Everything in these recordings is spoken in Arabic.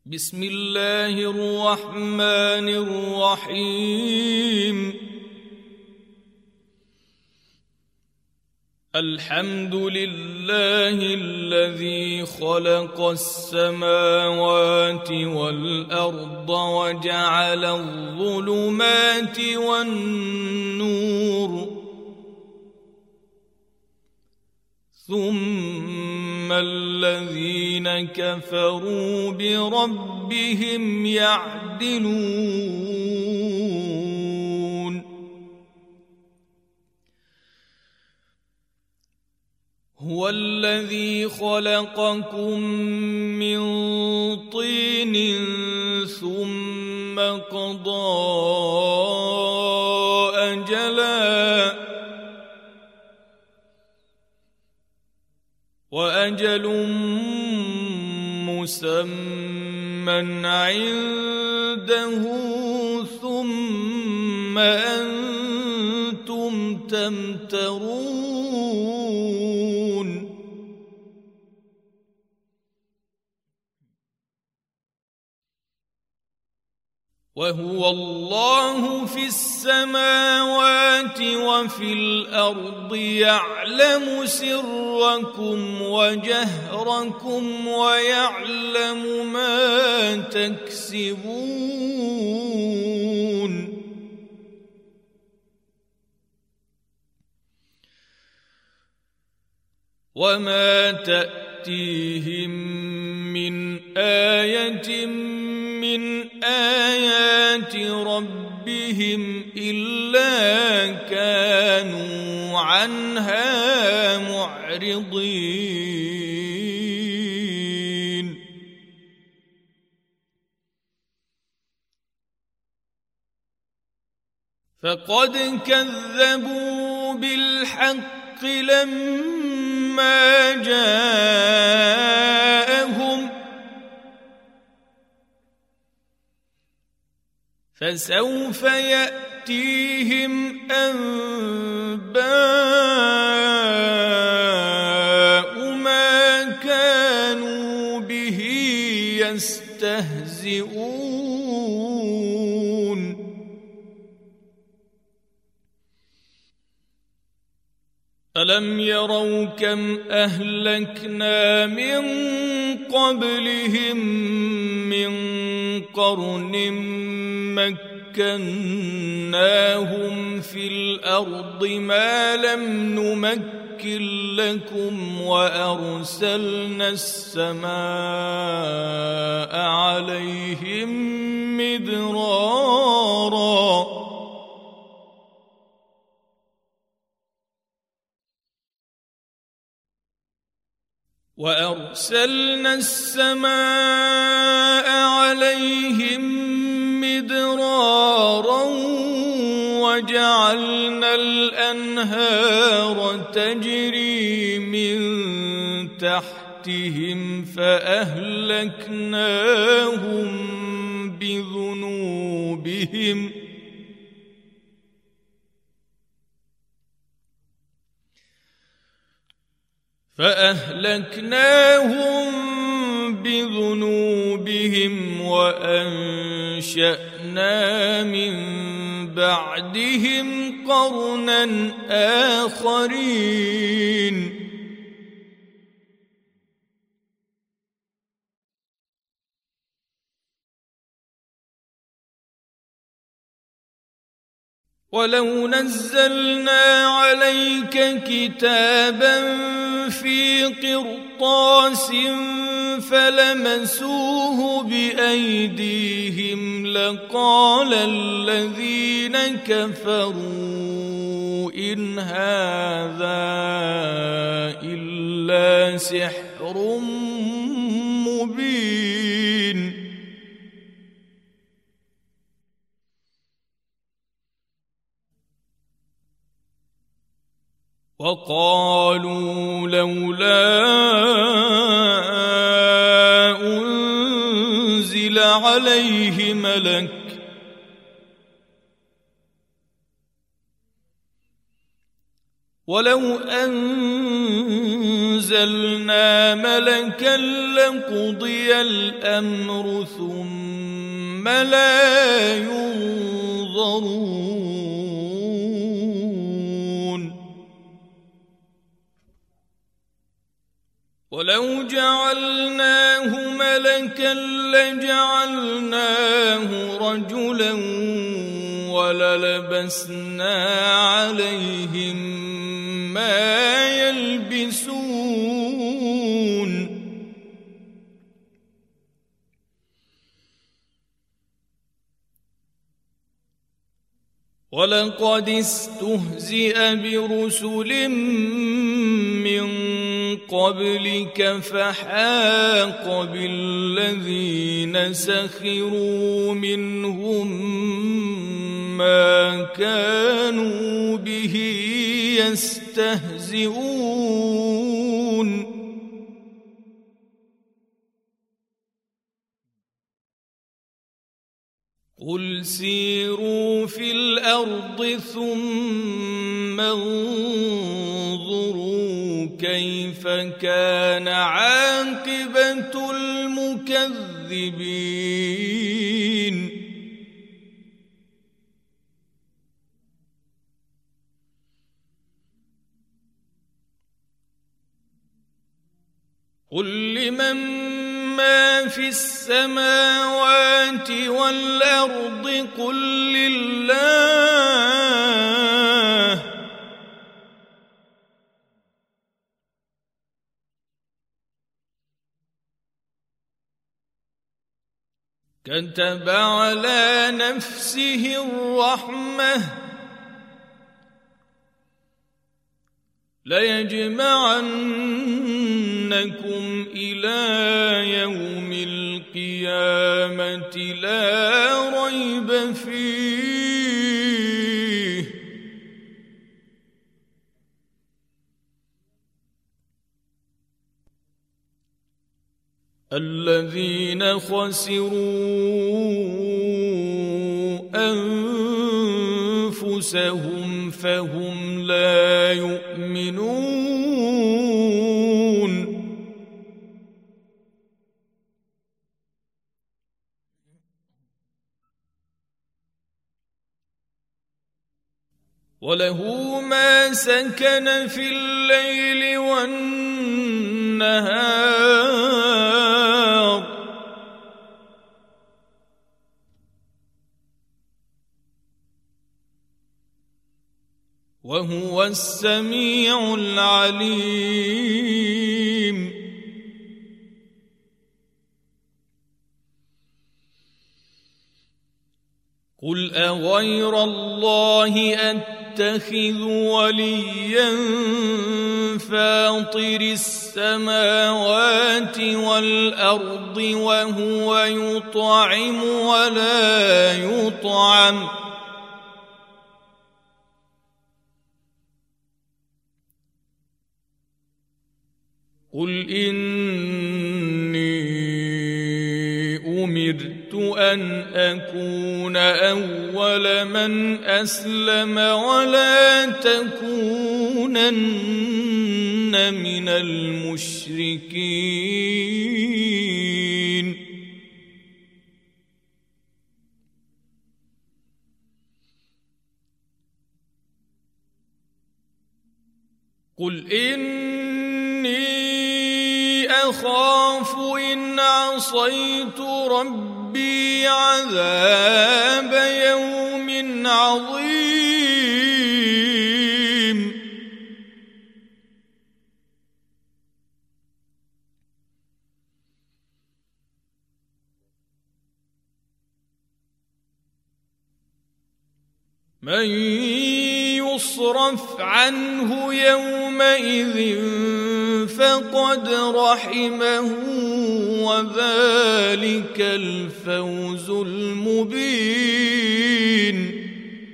بسم الله الرحمن الرحيم. الحمد لله الذي خلق السماوات والأرض وجعل الظلمات والنور ثم الذين كفروا بربهم يعدلون. هو الذي خلقكم من طين ثم قضى أجلا وأجل مسمى عنده ثم أنتم تمترون. وهو الله في السماوات وفي الأرض يعلم سركم وجهركم ويعلم ما تكسبون. وما تأتيهم من آية من آيات ربهم إلا كانوا عنها معرضين. فقد كذبوا بالحق لما جاءهم فسوف يأتيهم أنباء ما كانوا به يستهزئون. ألم يروا كم أهلكنا من قبلهم من قرن مكناهم في الأرض ما لم نمكن لكم وأرسلنا السماء عليهم مدرارا وجعلنا الأنهار تجري من تحتهم فأهلكناهم بذنوبهم وأنشأنا من بعدهم قرنا آخرين. ولو نزلنا عليك كتابا في قرطاس فلمسوه بأيديهم لقال الذين كفروا إن هذا إلا سحر مبين. وقالوا لولا أنزل عليه ملك ولو أنزل أنزلنا ملكا لقضي الأمر ثم لا ينظرون ولو جعلناه ملكا لجعلناه رجلا وللبسنا عليهم ما يلبسون ولقد استهزئ برسل من قبلك فحاق بالذين سخروا منهم ما كانوا به يستهزئون قل سيروا في الأرض ثم انظروا كيف كان عاقبة المكذبين قل لمن ما في السماوات والأرض قل لله كتب على نفسه الرحمة ليجمعنكم إلى يوم القيامة لا ريب فيه الذين خسروا أنفسهم فهم لا يؤمنون وله ما سكن في الليل والنهار وهو السميع العليم قل أغير الله أتخذ وليا فاطر السماوات والأرض وهو يطعم ولا يطعم قل إني أمرت أن أكون أول من أسلم ولا تكونن من المشركين قل إني أخاف إن عصيت ربي عذاب يوم عظيم من يصرف عنه يومئذ فقد رحمه وذلك الفوز المبين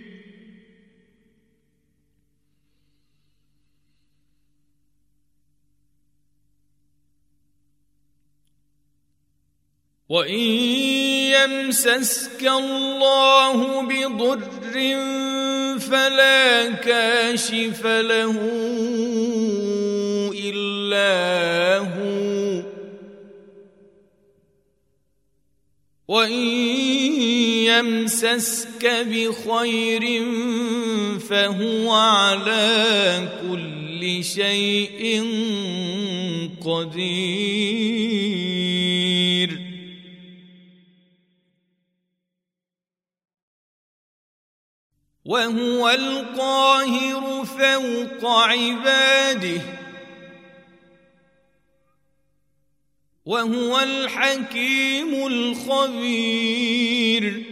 وإن يمسسك الله بضر فلا كاشف له إلا إلا هو وإن يمسسك بخير فهو على كل شيء قدير وهو القاهر فوق عباده وهو الحكيم الخبير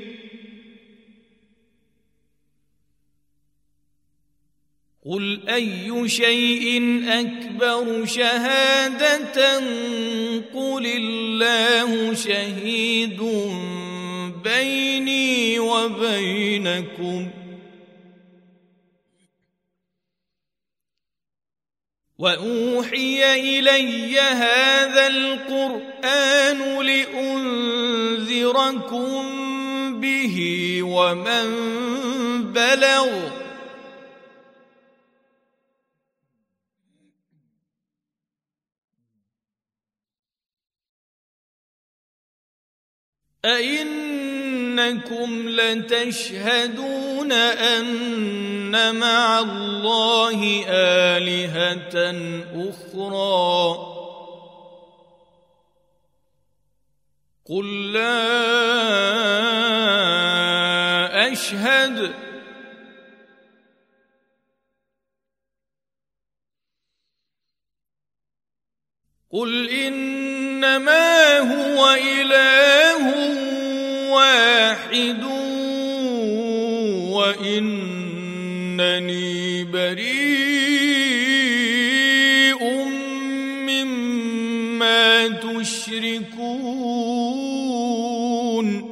قل أي شيء أكبر شهادة قل الله شهيد بيني وبينكم وأوحي إلي هذا القرآن لأنذركم به ومن بلغ أئنكم لتشهدون أن مع الله آلهة أخرى قل لا أشهد قل إنما هو إله واحد وإنني بريء مما تشركون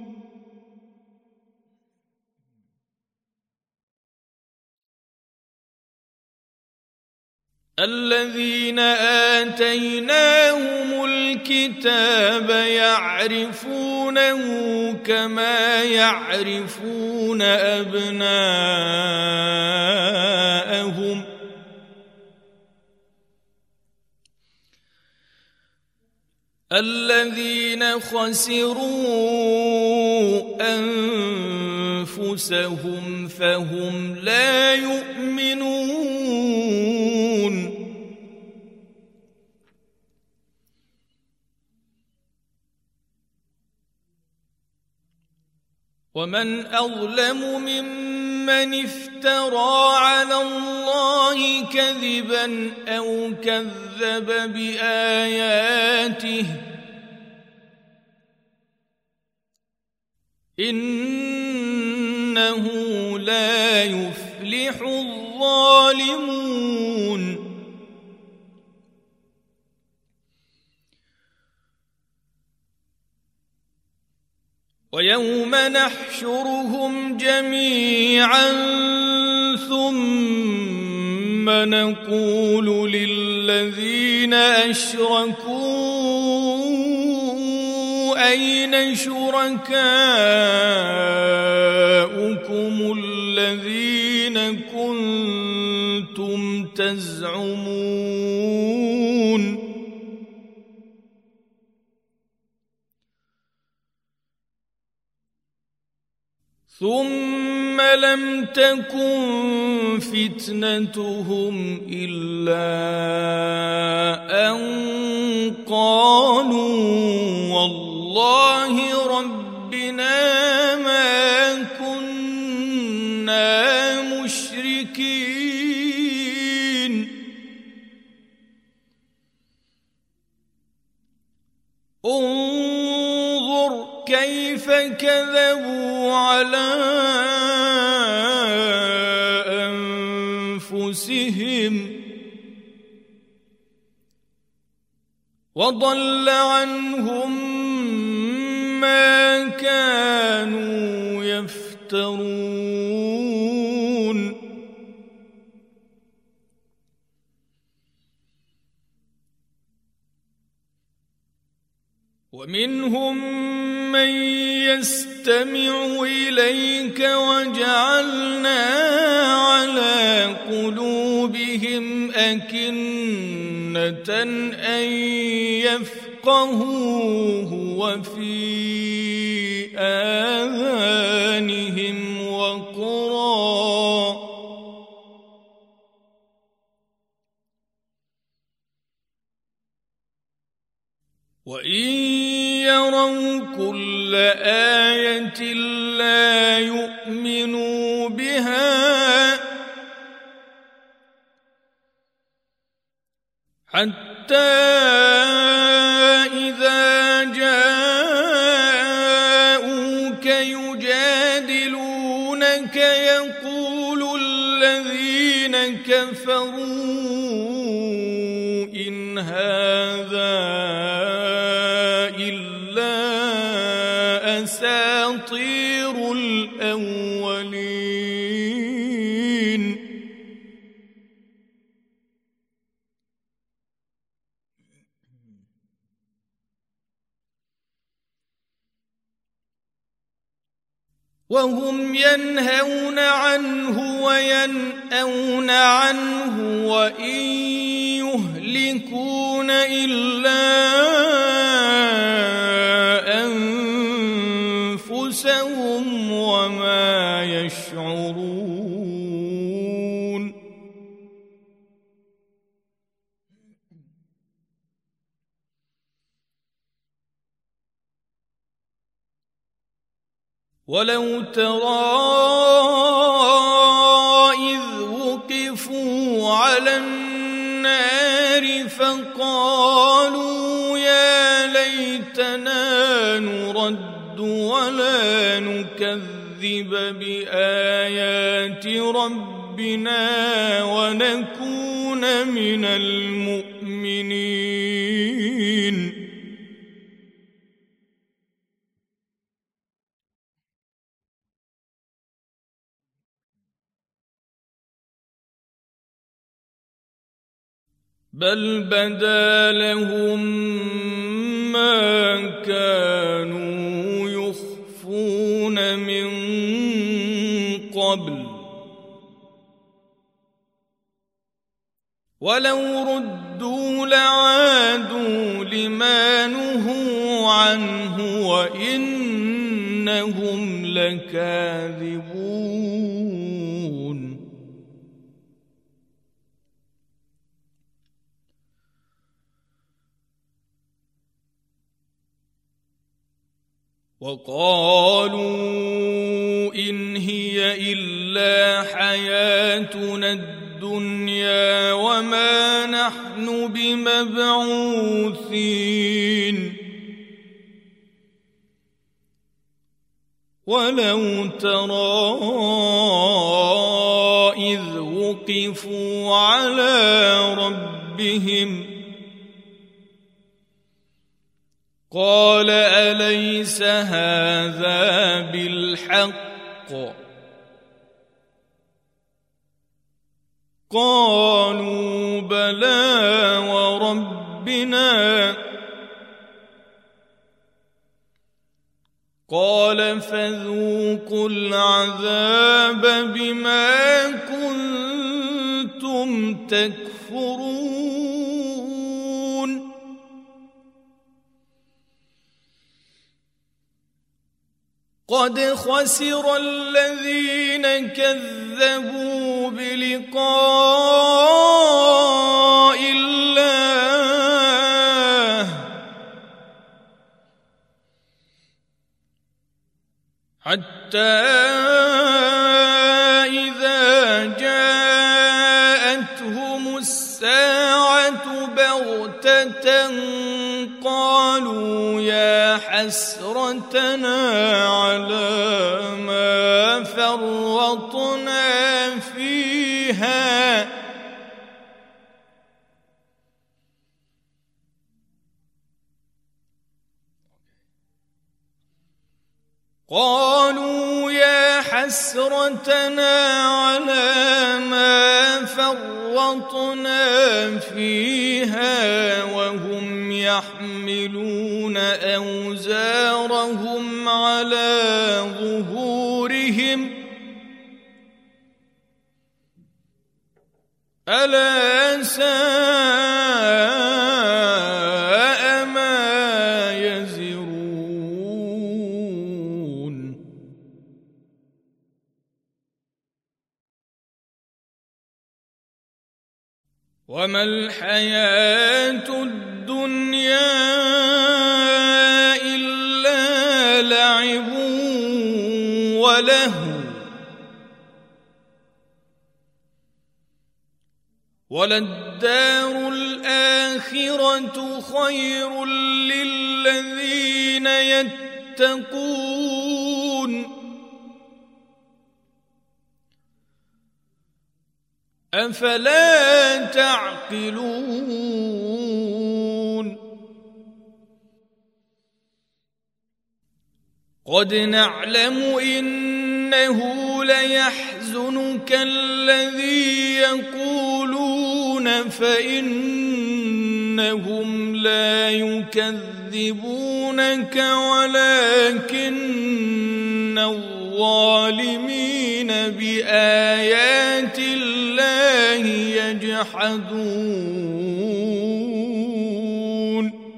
الذين آتيناهم الكتاب يعرفونه كما يعرفون أبناءهم الذين خسروا أنفسهم فهم لا يؤمنون ومن أظلم ممن افترى على الله كذبا أو كذب بآياته إنه لا يفلح الظالمون ويوم نحشرهم جميعا ثم نقول للذين أشركوا أين شركاؤكم الذين كنتم تزعمون ثم لم تكن فتنتهم إلا أن قالوا والله ربنا ما كنا مشركين انظر كيف كذبوا على أنفسهم وضل عنهم ما كانوا يفترون ومنهم من يستمع إليك وجعلنا على قلوبهم أكنة أن يفقهوه وفي آذانهم وقرا وإن يروا كل آية لا يؤمنوا بها حتى إذا جاءوك يجادلونك يقول الذين كفروا إن هذا إلا أساطير الأولين وهم ينهون عنه وينأون عنه وإن يهلكون إلا أنفسهم وما يشعرون ولو ترى إذ وقفوا على النار فقالوا يا ليتنا نرد ولا نكذب بآيات ربنا ونكون من المؤمنين بل بدا لهم ما كانوا يخفون من قبل ولو ردوا لعادوا لما نهوا عنه وإنهم لكاذبون وقالوا إن هي إلا حياتنا الدنيا وما نحن بمبعوثين ولو ترى إذ وقفوا على ربهم قال أليس هذا بالحق قالوا بلى وربنا قال فذوقوا العذاب بما كنتم تكفرون قد خسر الذين كذبوا بلقاء الله حتى إذا جاءتهم الساعة بغتة قالوا يا حسرتنا على ما فرطنا فيها قالوا يا حسرتنا على ما فرطنا فيها وهم يحملون أوزارهم على ظهورهم ألا ساء ما يزرون وما الحياة الدنيا إلا لعب ولهو وللدار الآخرة خير للذين يتقون أفلا تعقلون قد نعلم إنه ليحزنك الذي يقولون فإنهم لا يكذبونك ولكن الظالمين بآيات الله يجحدون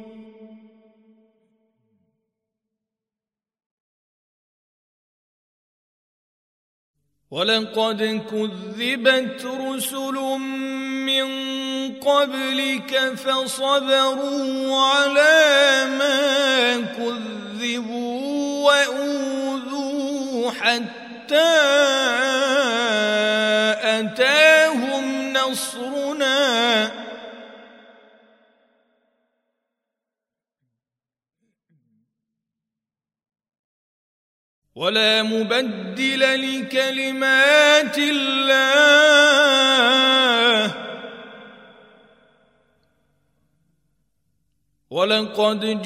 ولقد كذبت رسل من قبلك فصبروا على ما كذبوا وأوذوا حتى أتاهم نصرنا ولا مبدل لكلمات الله ولقد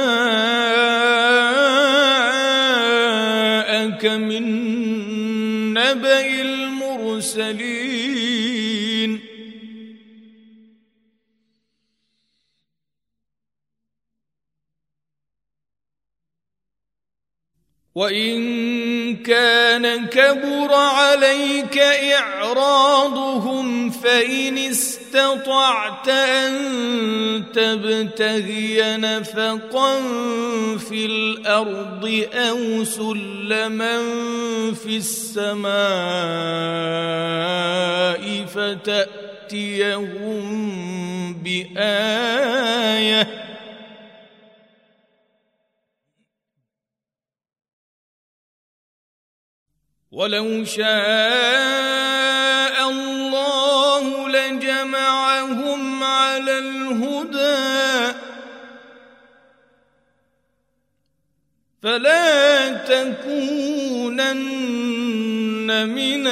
جاءك من نبأ المرسلين وإن كان كبر عليك إعراضهم فإن استطعت أن تبتغي نفقا في الأرض أو سلما في السماء فتأتيهم بآية ولو شاء الله لجمعهم على الهدى فلا تكونن من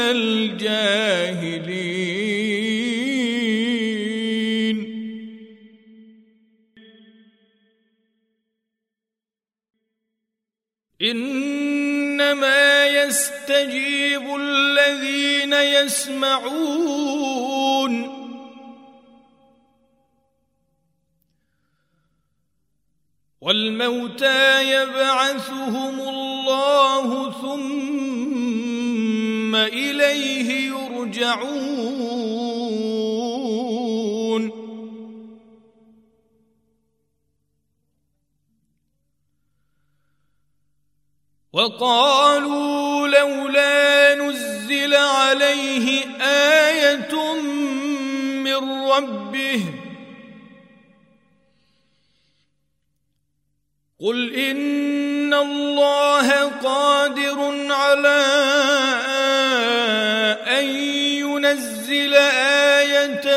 الجاهلين إنما يستجيب الذين يسمعون والموتى يبعثهم الله ثم إليه يرجعون وقالوا لولا نزل عليه آية من ربه قل إن الله قادر على أن ينزل آية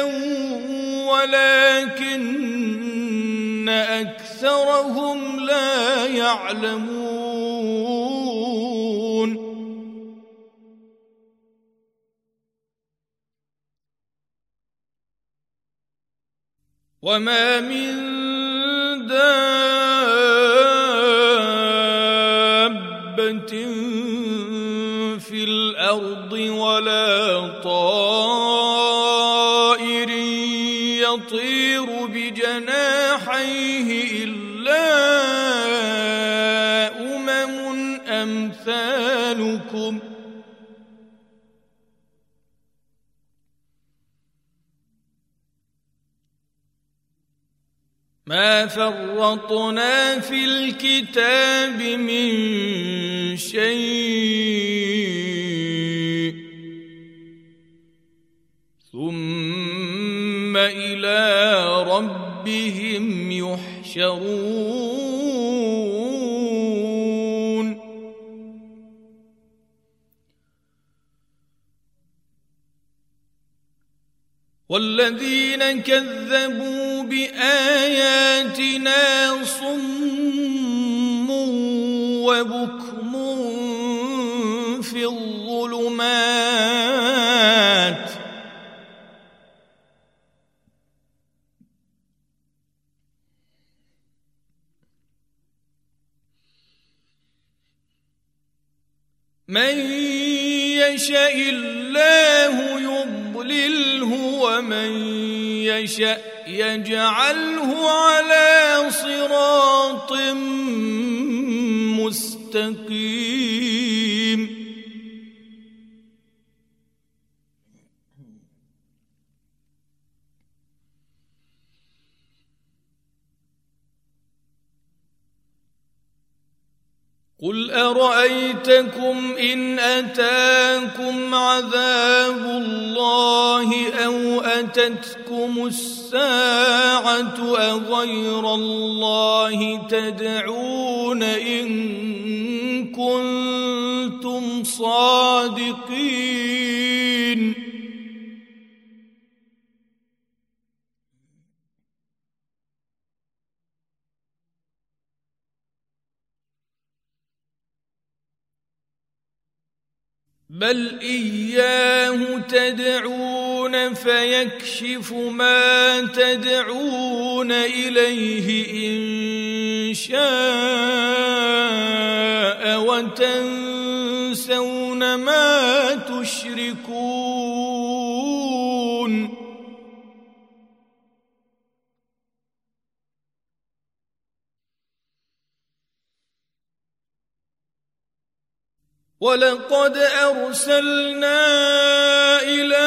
ولكن أكثرهم لا يعلمون وما من دابة في الأرض ولا طائر يطير بجناحيه إلا أمم أمثالكم ما فرطنا في الكتاب من شيء ثم إلى ربهم يحشرون والذين كذبوا بآياتنا صم وبكم في الظلمات من يشاء الله يضلله ومن يشاء يجعله على صراط مستقيم قل أرأيتكم إن أتاكم عذاب الله أو أتتكم الساعة أغير الله تدعون إن كنتم صادقين بل إياه تدعون فيكشف ما تدعون إليه إن شاء وتنسون ما تشركون ولقد أرسلنا إلى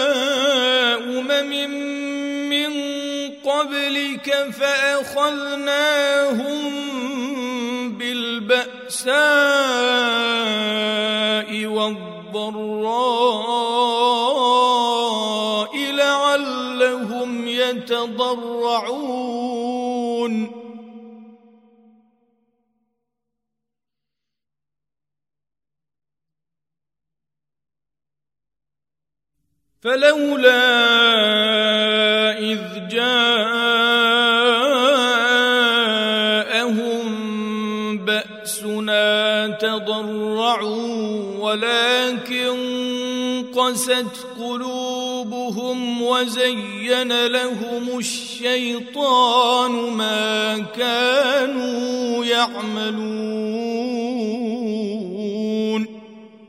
أمم من قبلك فأخذناهم بالبأساء والضراء لعلهم يتضرعون فلولا إذ جاءهم بأسنا تضرعوا ولكن قست قلوبهم وزين لهم الشيطان ما كانوا يعملون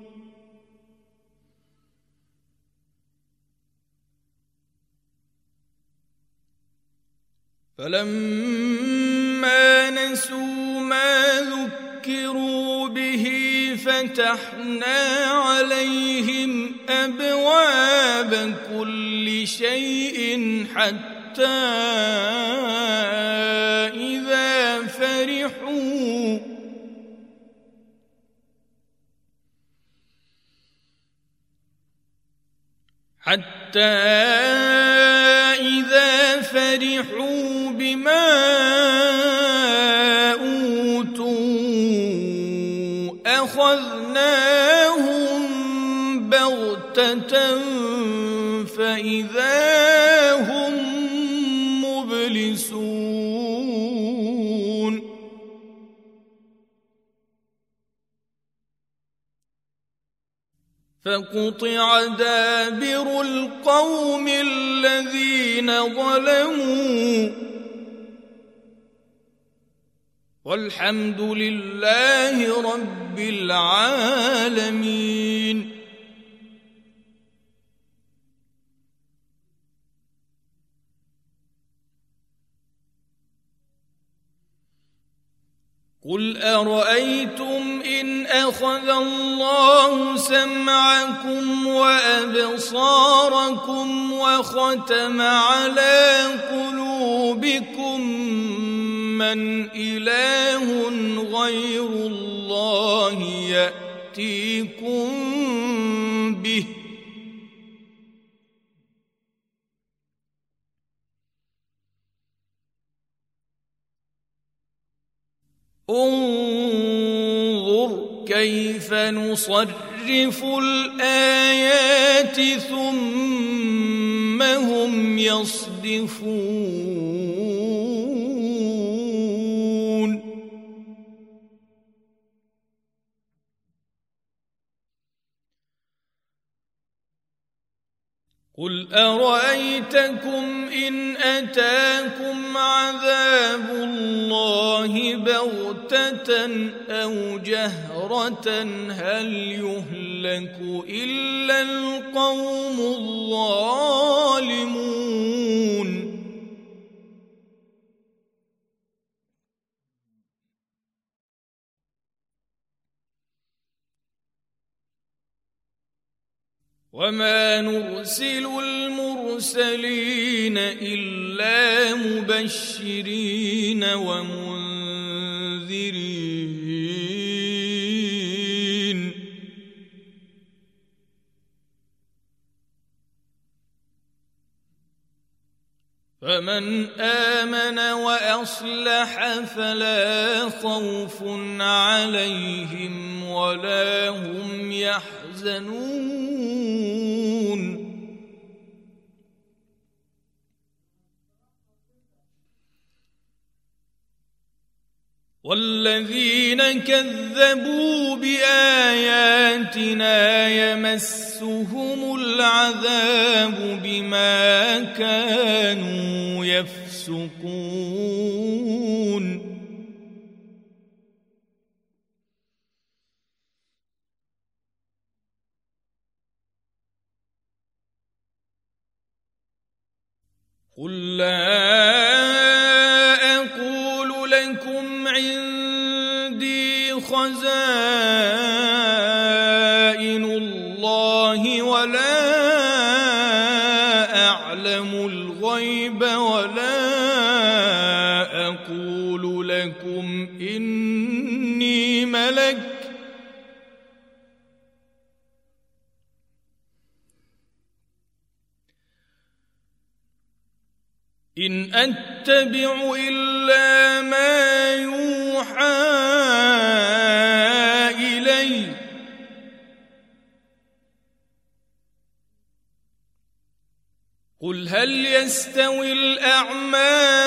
فلما نسوا ما ذكروا به فتحنا عليهم أبواب كل شيء حتى إذا فرحوا بما أوتوا أخذناهم بغتة فإذا هم مبلسون فقطع دابر القوم الذين ظلموا والحمد لله رب العالمين. قل أرأيتم إن أخذ الله سمعكم وأبصاركم وختم على قلوبكم من إله غير الله يأتيكم به انظر كيف نصرف الآيات ثم هم يصدفون قل أرأيتكم إن أتاكم عذاب الله بغتة أو جهرة هل يهلك إلا القوم الظالمون وما نرسل المرسلين إلا مبشرين ومنذرين فمن آمن وأصلح فلا خوف عليهم ولا هم يحزنون والذين كذبوا بآياتنا يمسهم العذاب بما كانوا يفسقون قل لا أقول لكم عندي خزائن الله ولا أعلم الغيب ولا أقول لكم إني ملك إن أتبع إلا ما يوحى إلي قل هل يستوي الأعمى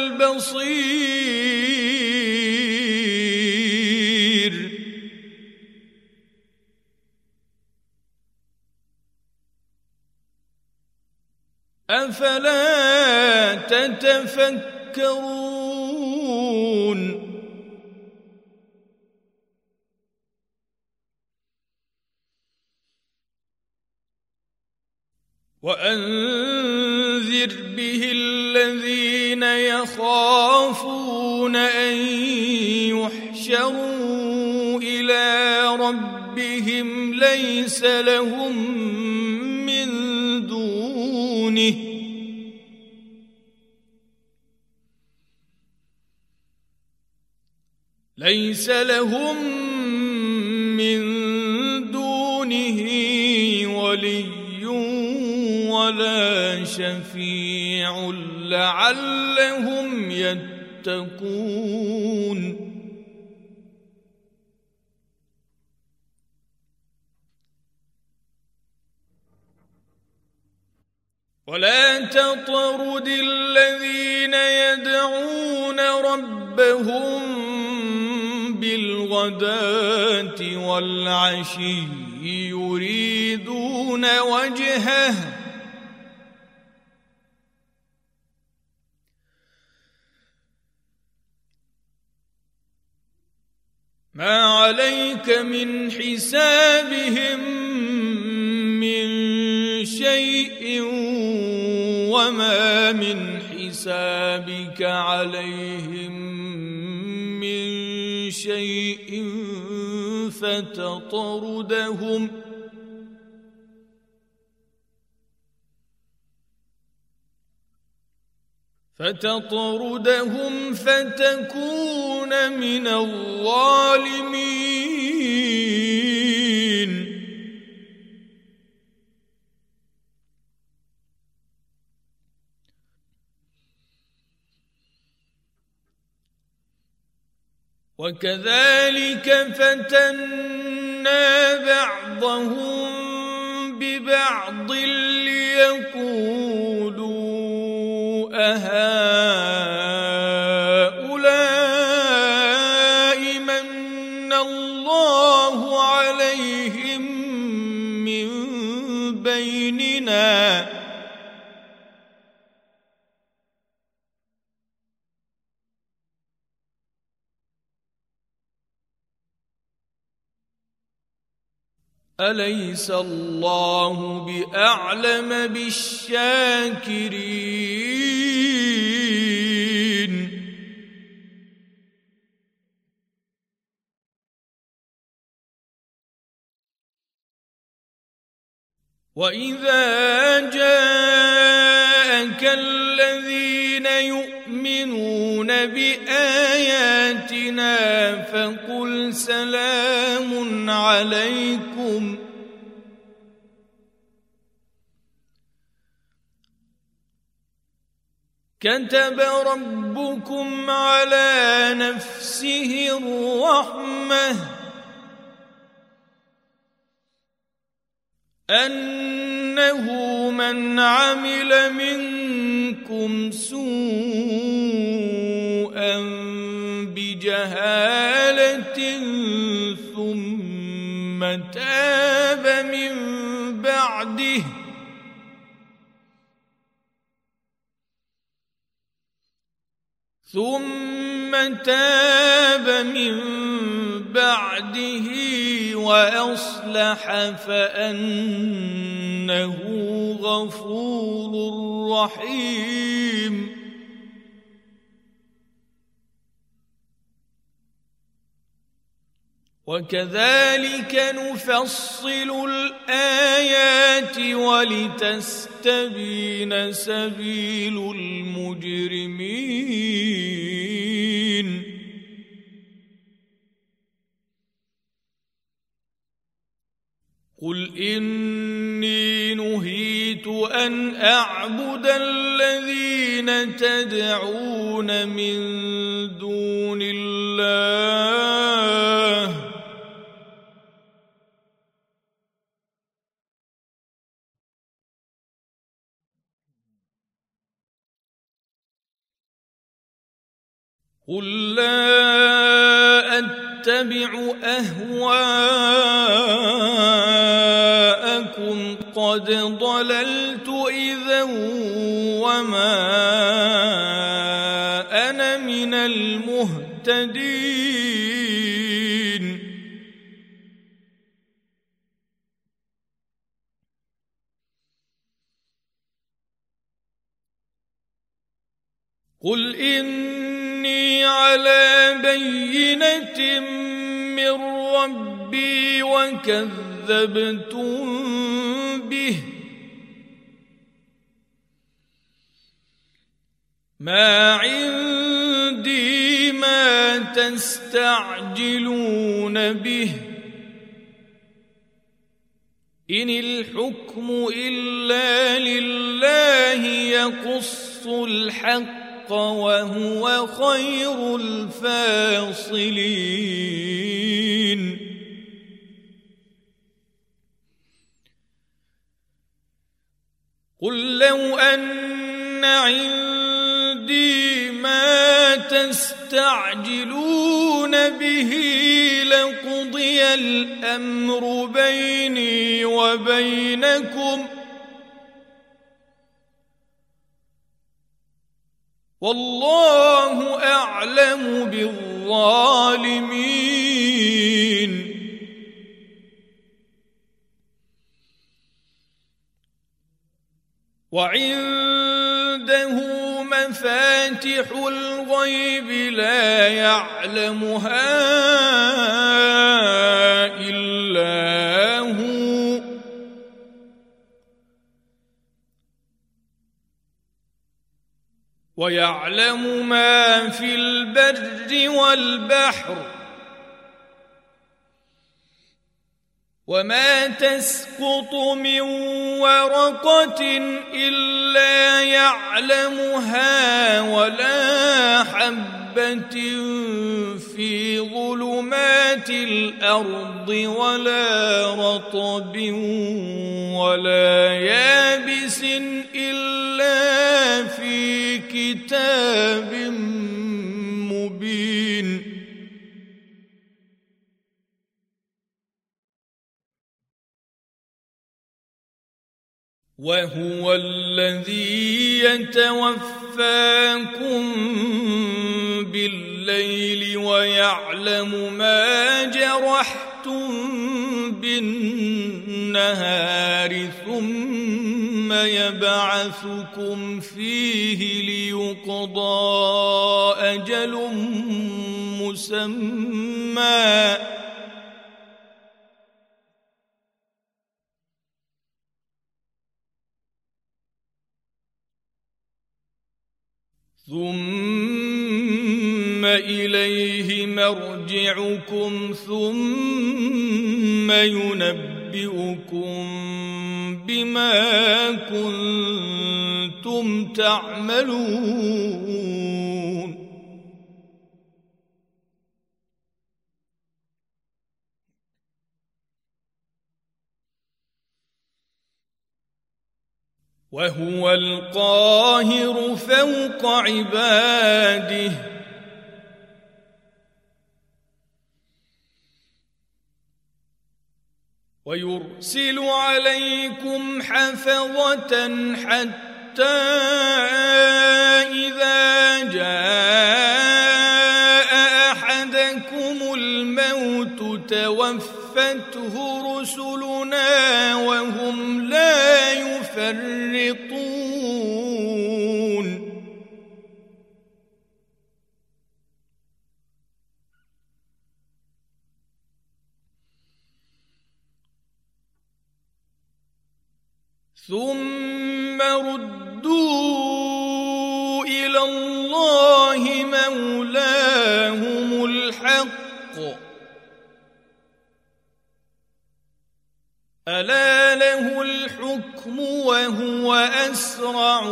والبصير أفلا تتفكرون وأنذر به الذين يخافون أن يحشروا إلى ربهم ليس لهم من دونه ولي ولا شفيع لعلهم يتقون ولا تطرد الذين يدعون ربهم بالغداة والعشي يريدون وجهه ما عليك من حسابهم من شيء وما من حسابك عليهم من شيء فتطردهم فتكون من الظالمين. وكذلك فتنا بعضهم ببعض ليقولوا أهؤلاء من الله عليهم من بيننا أليس الله بأعلم بالشاكرين. وإذا جاءك الذين يؤمنون بآياتنا فقل سلام عليكم كتب ربكم على نفسه الرحمة أنه من عمل منكم سوءا بجهالة ثم تاب من بعده وأصلح فأنه غفور رحيم. وكذلك نفصل الآيات ولتستبين سبيل المجرمين. قل إني نهيت أن أعبد الذين تدعون من دون الله قل لا أتبع أهواءكم قد ضللت إذا وما أنا من المهتدين. قل إني على بينة من ربي وكذبتم به ما عندي ما تستعجلون به إن الحكم إلا لله يقص الحق وهو خير الفاصلين. قل لو أن عندي ما تستعجلون به لقضي الأمر بيني وبينكم والله أعلم بالظالمين. وعنده مفاتح الغيب لا يعلمها إلا هو ويعلم ما في البر والبحر وما تسقط من ورقة إلا يعلمها ولا حبة في ظلمات الأرض ولا رطب ولا يابس إلا في كتاب مبين. وهو الذي يتوفاكم بالليل ويعلم ما جرحتم بالنهار ثم يبعثكم فيه ليقضى أجل مسمى ثم إليه مرجعكم ثم ينبئكم بما كنتم تعملون. وهو القاهر فوق عباده ويرسل عليكم حفظة حتى إذا جاء أحدكم الموت توفته رسلنا وهم لا يفرطون. ثم ردوا إلى الله مولاهم الحق ألا له الحكم وهو أسرع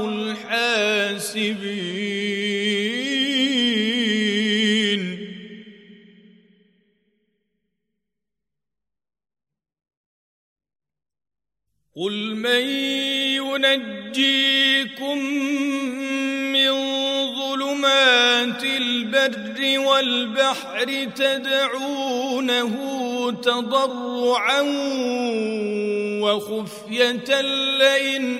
الحاسبين. قل من ينجيكم من ظلمات البر والبحر تدعونه تضرعا وخفية لئن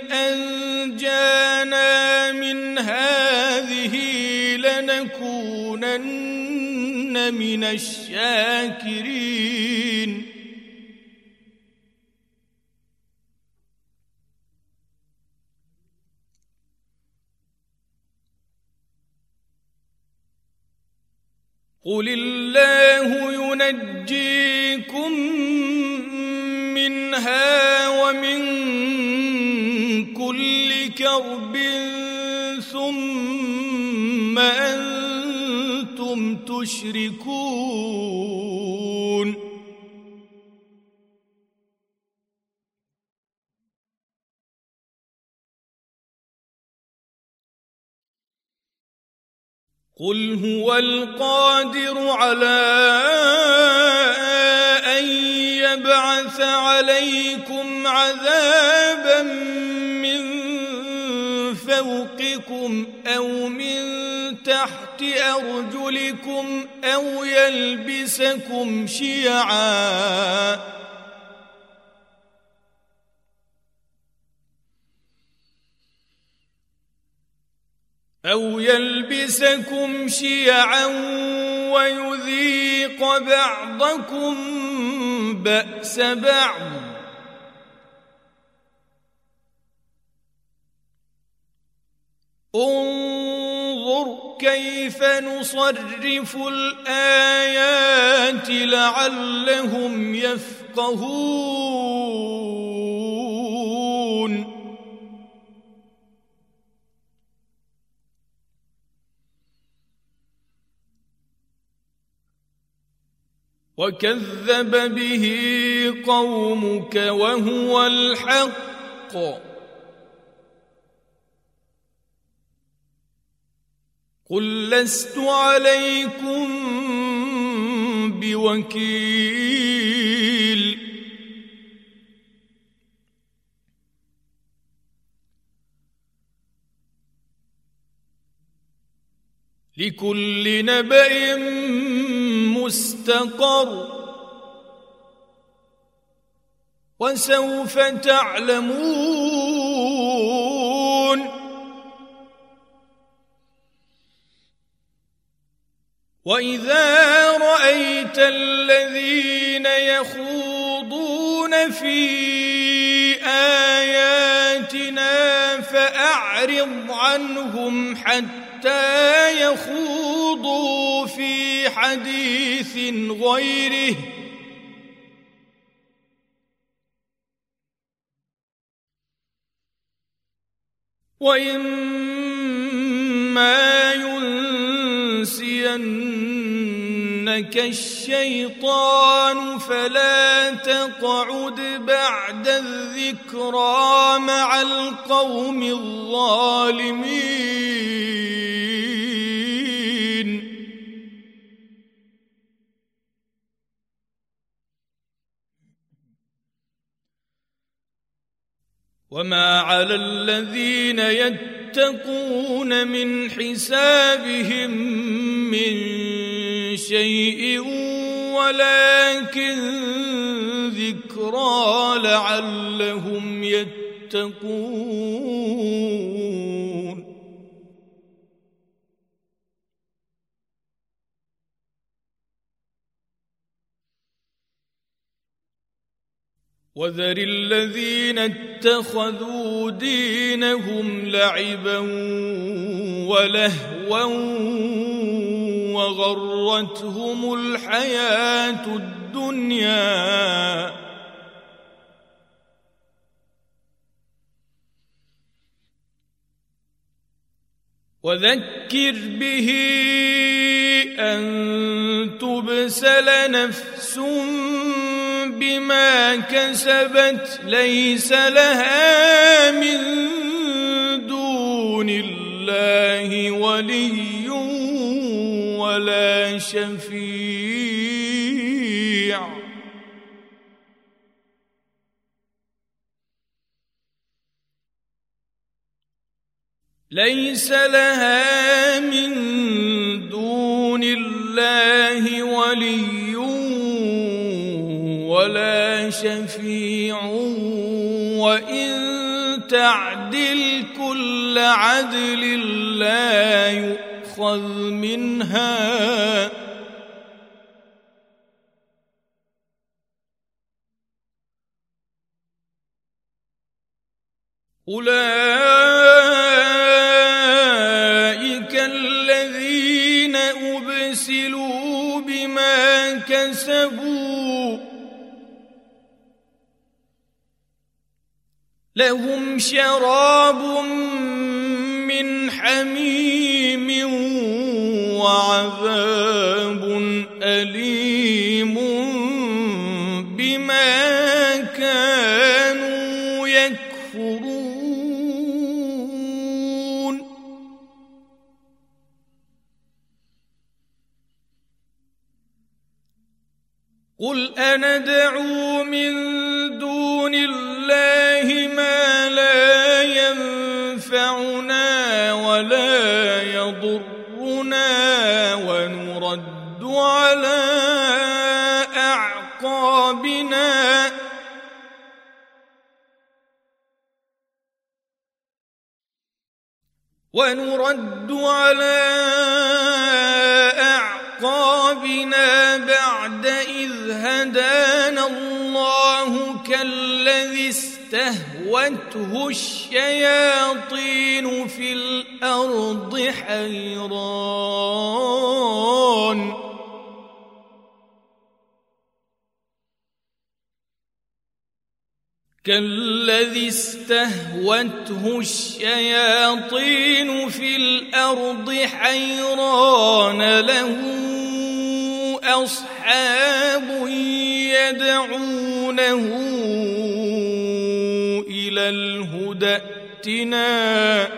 أنجانا من هذه لنكونن من الشاكرين. قل الله ينجيكم منها ومن كل كرب ثم أنتم تشركون. قل هو القادر على أن يبعث عليكم عذابا من فوقكم أو من تحت أرجلكم أو يلبسكم شيعا ويذيق بعضكم بأس بعض. انظر كيف نصرف الآيات لعلهم يفقهون. وكذب به قومك وهو الحق قل لست عليكم بوكيل لكل نبأ مستقر وسوف تعلمون وإذا رأيت الذين يخوضون في آياتنا فأعرض عنهم حتى يخوضوا في حديث غيره وإما ينسينك الشيطان فلا تقعد بعد الذكرى مع القوم الظالمين وما على الذين يتقون من حسابهم من شيء ولكن ذكرى لعلهم يتقون وذر الذين اتخذوا دينهم لعبا ولهوا وغرتهم الحياة الدنيا وذكر به أن تبسل نفس بما كسبت ليس لها من دون الله ولي ولا شفيع ليس لها من دون الله ولي ولا شفيع وإن تعدل كل عدل لا يؤخذ منها أولئك الذين أبسلوا بما كسبوا لهم شراب من حميم وعذاب أليم بما كانوا يكفرون قل أندعو من دون الله ما لا ينفعنا ولا يضرنا ونرد على أعقابنا بعد إذ هدانا الله كالذي استهوته الشياطين في الأرض حيران كالذي استهوته الشياطين في الأرض حيران له أصحاب يدعونه إلى الهدى ائتنا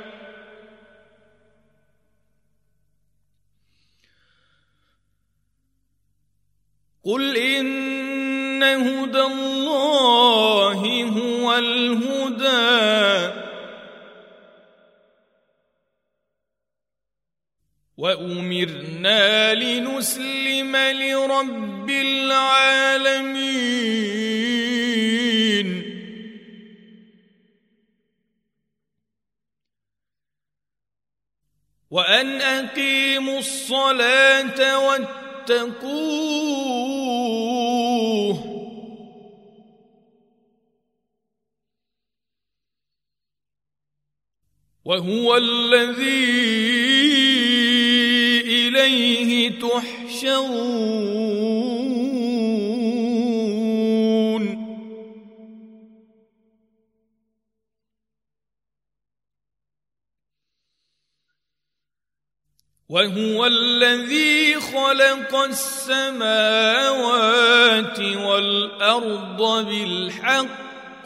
قل إن هدى الله هو الهدى وأمرنا لنسلم لرب العالمين وأن أقيموا الصلاة واتقوه وهو الذي إليه تحشرون وهو الذي خلق السماوات والأرض بالحق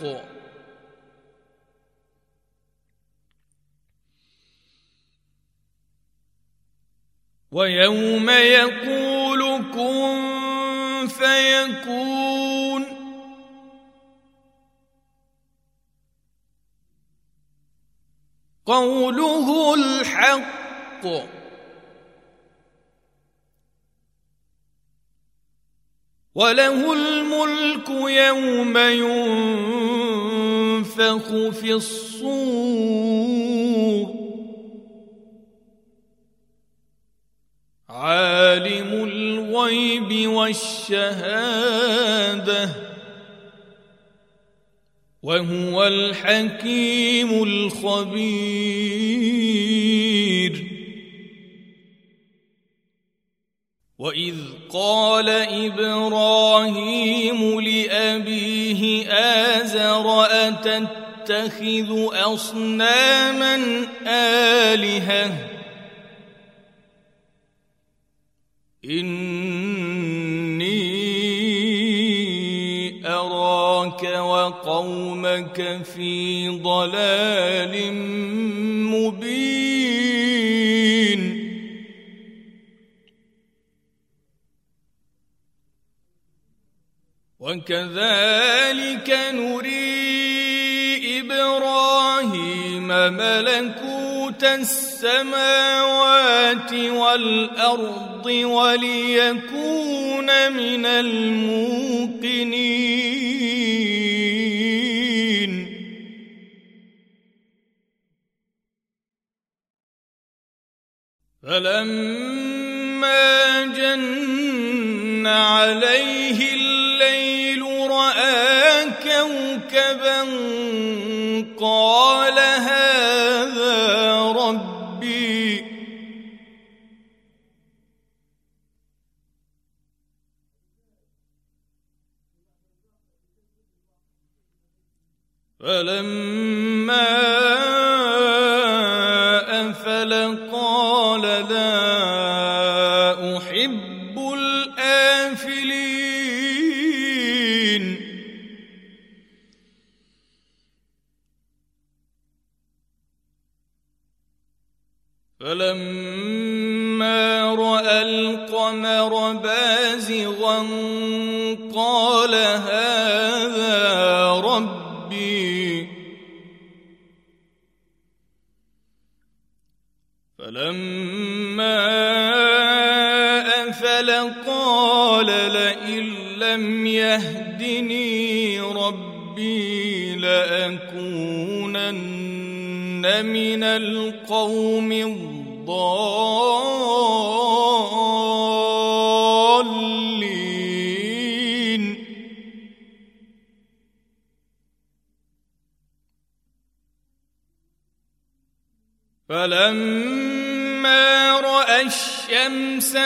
ويوم يقول كن فيكون قوله الحق وله الملك يوم ينفخ في الصور عالم الغيب والشهادة وهو الحكيم الخبير وإذ قال إبراهيم لأبيه آزر أتتخذ أصناما آلهة إني أراك وقومك في ضلال مبين وكذلك نري إبراهيم ملكوت السماوات والأرض وليكون من الموقنين فلما جن عليه الليل رأى كوكبا قال هذا ربي فلما أفل قال لا أحب الآفلين فلما رأى القمر بازغا قال هذا ربي فلما أفل قال لئن لم يهدني ربي لأكونن من القوم الضالين فلما رأى الشمس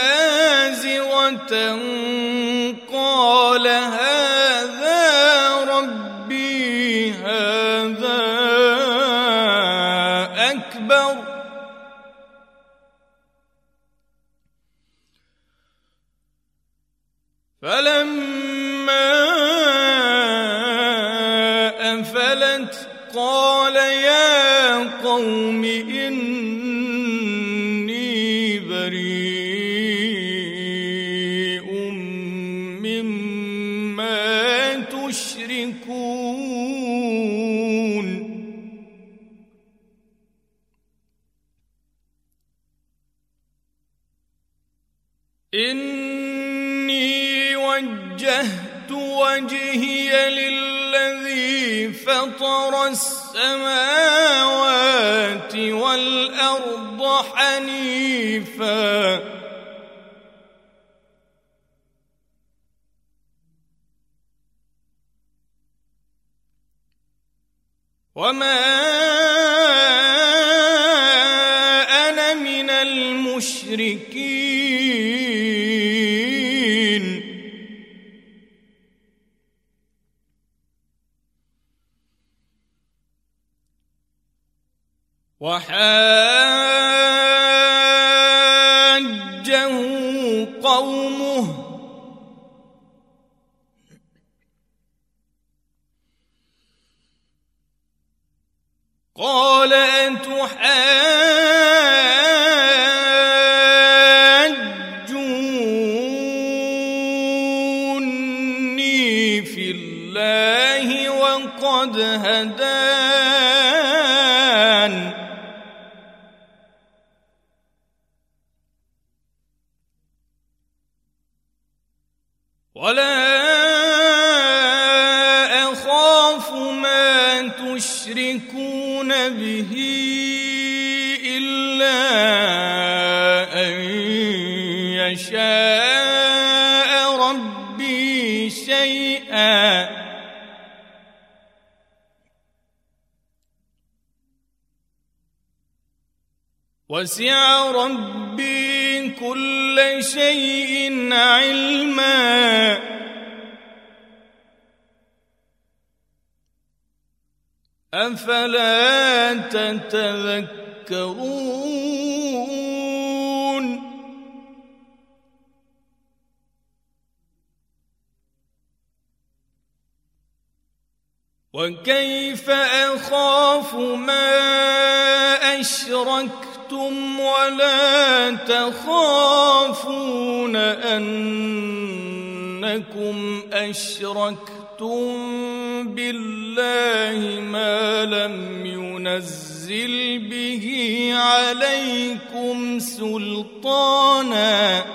بازغة قال هذا ربي هذا أكبر أفلت قال يا قوم إني بريء مما تشركون إني وجهت وجهي للذي فطر السماوات والأرض حنيفا وما أنا من المشركين وحاجه قومه قال أتحاجوني في الله وقد هدان ولا أخاف ما تشركون به إلا أن يشاء ربي شيئا وسع ربي كل شيء علما أفلا تتذكرون وكيف أخاف ما أشركتم ولا تخافون أنكم أشركتم بالله ما لم ينزل به عليكم سلطانا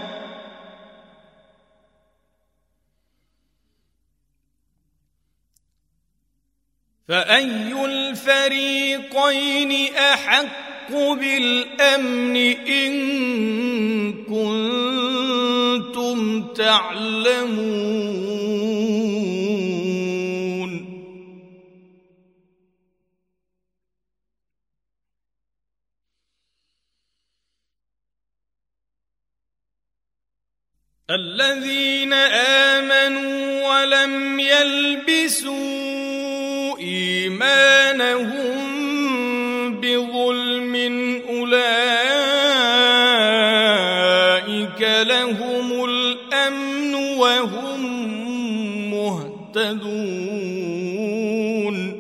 فأي الفريقين أحق بالأمن إن كنتم تعلمون الذين آمنوا ولم يلبسوا إيمانهم بظلم أولئك لهم الأمن وهم مهتدون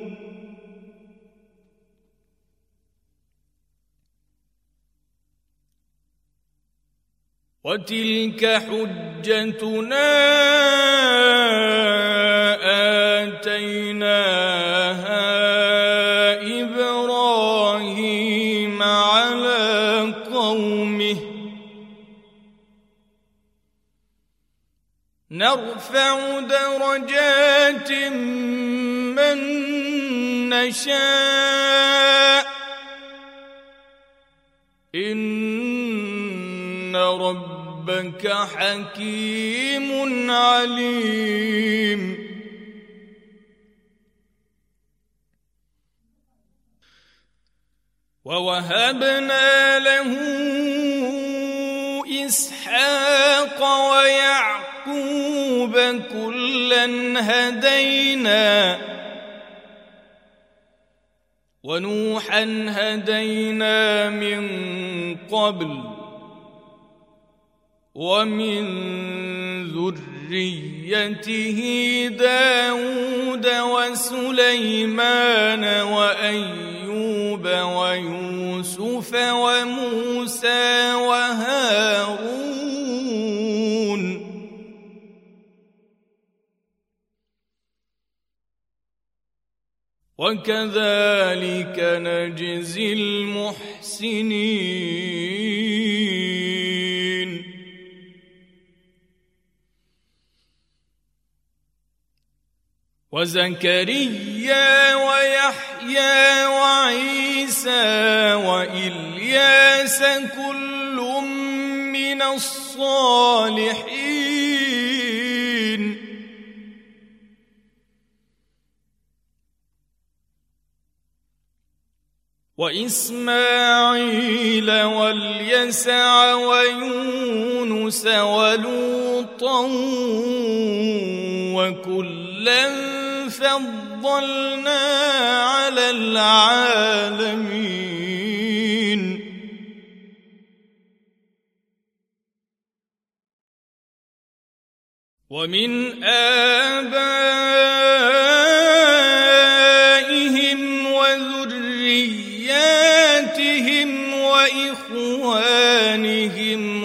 وتلك حجتنا آتيناها إبراهيم على قومه نرفع درجات من نشاء إن ربك حكيم عليم ووهبنا له إسحاق ويعقوب كلا هدينا ونوحا هدينا من قبل ومن ذريته داود وسليمان وأيوب ويوسف وموسى وهارون وكذلك نجزي المحسنين وزكريا ويحيى وعيسى وإلياس كل من الصالحين وإسماعيل واليسع ويونس ولوطا وكلا فضلنا على العالمين ومن آبائهم وذرياتهم وإخوانهم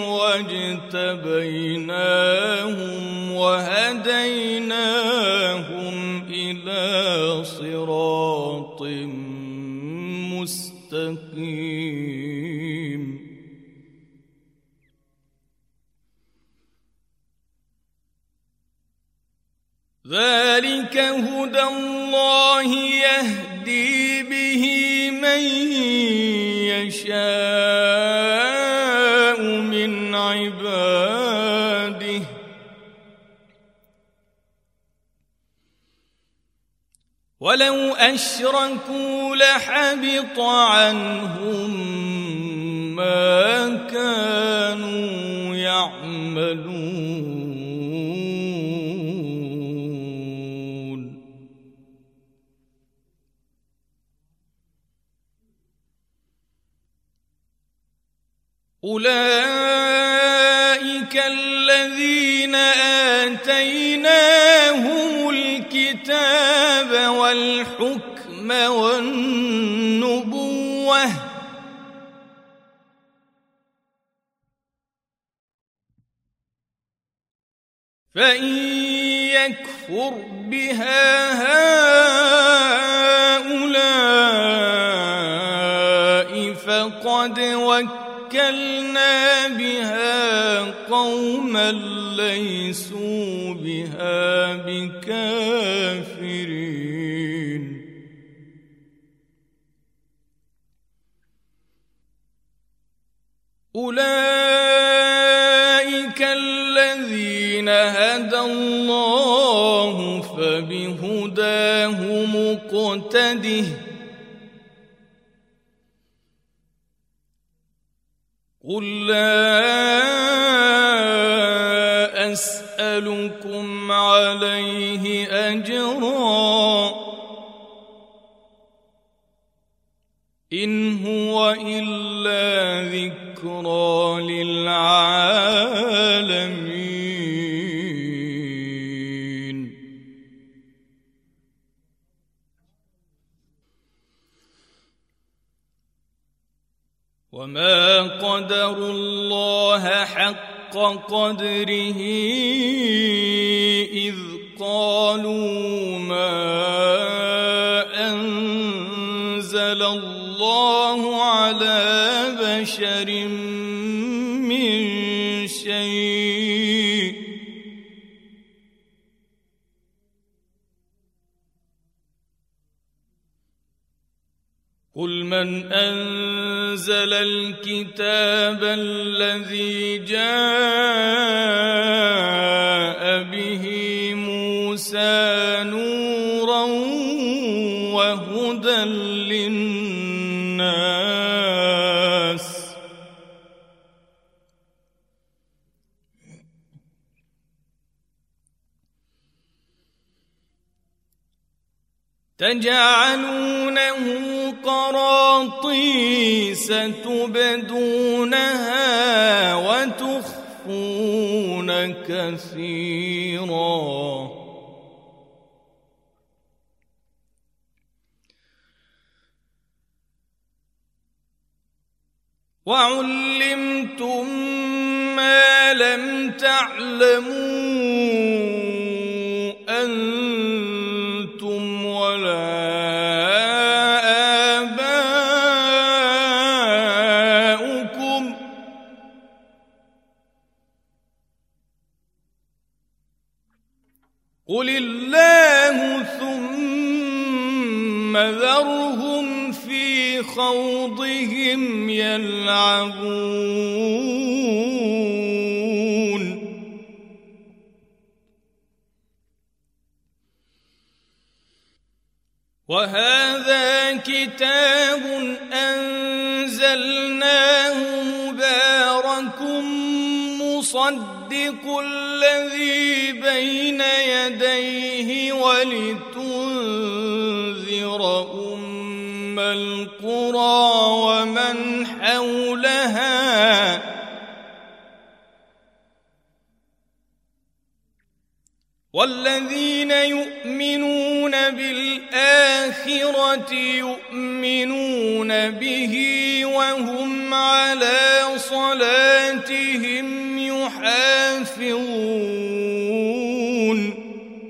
واجتبيناهم وهديناهم إلى صراط مستقيم ذلك هدى الله يهدي به من يشاء من عباده ولو أشركوا لحبط عنهم ما كانوا يعملون أولئك الذين آتيناهم الكتاب والحكم والنبوة فإن يكفر بها هؤلاء فقد وكلنا بها قوما ليسوا بها بكافرين أولئك الذين هدى الله فبهداه مقتده قل لا أسألكم عليه أجرا إن هو إلا ذكرى للعالمين وما قدروا الله حق قدره إذ قالوا ما أنزل الله على بشر من شيء قل من أنزل الكتاب الذي جاء به موسى نورا وهدى للناس تجعلونه قراطيس تبدونها وتخفون ويذكرون كثيرا. وعلمتم ما لم تعلموا أنتم ولا آباؤكم قل الله ثم ذرهم في خوضهم يلعبون. وهذا كتاب أنزلناه مبارك مصدق الذي بين يديه ولتنذر أم القرى ومن حولها والذين يؤمنون بالآخرة يؤمنون به وهم على صلاتهم يحافظون.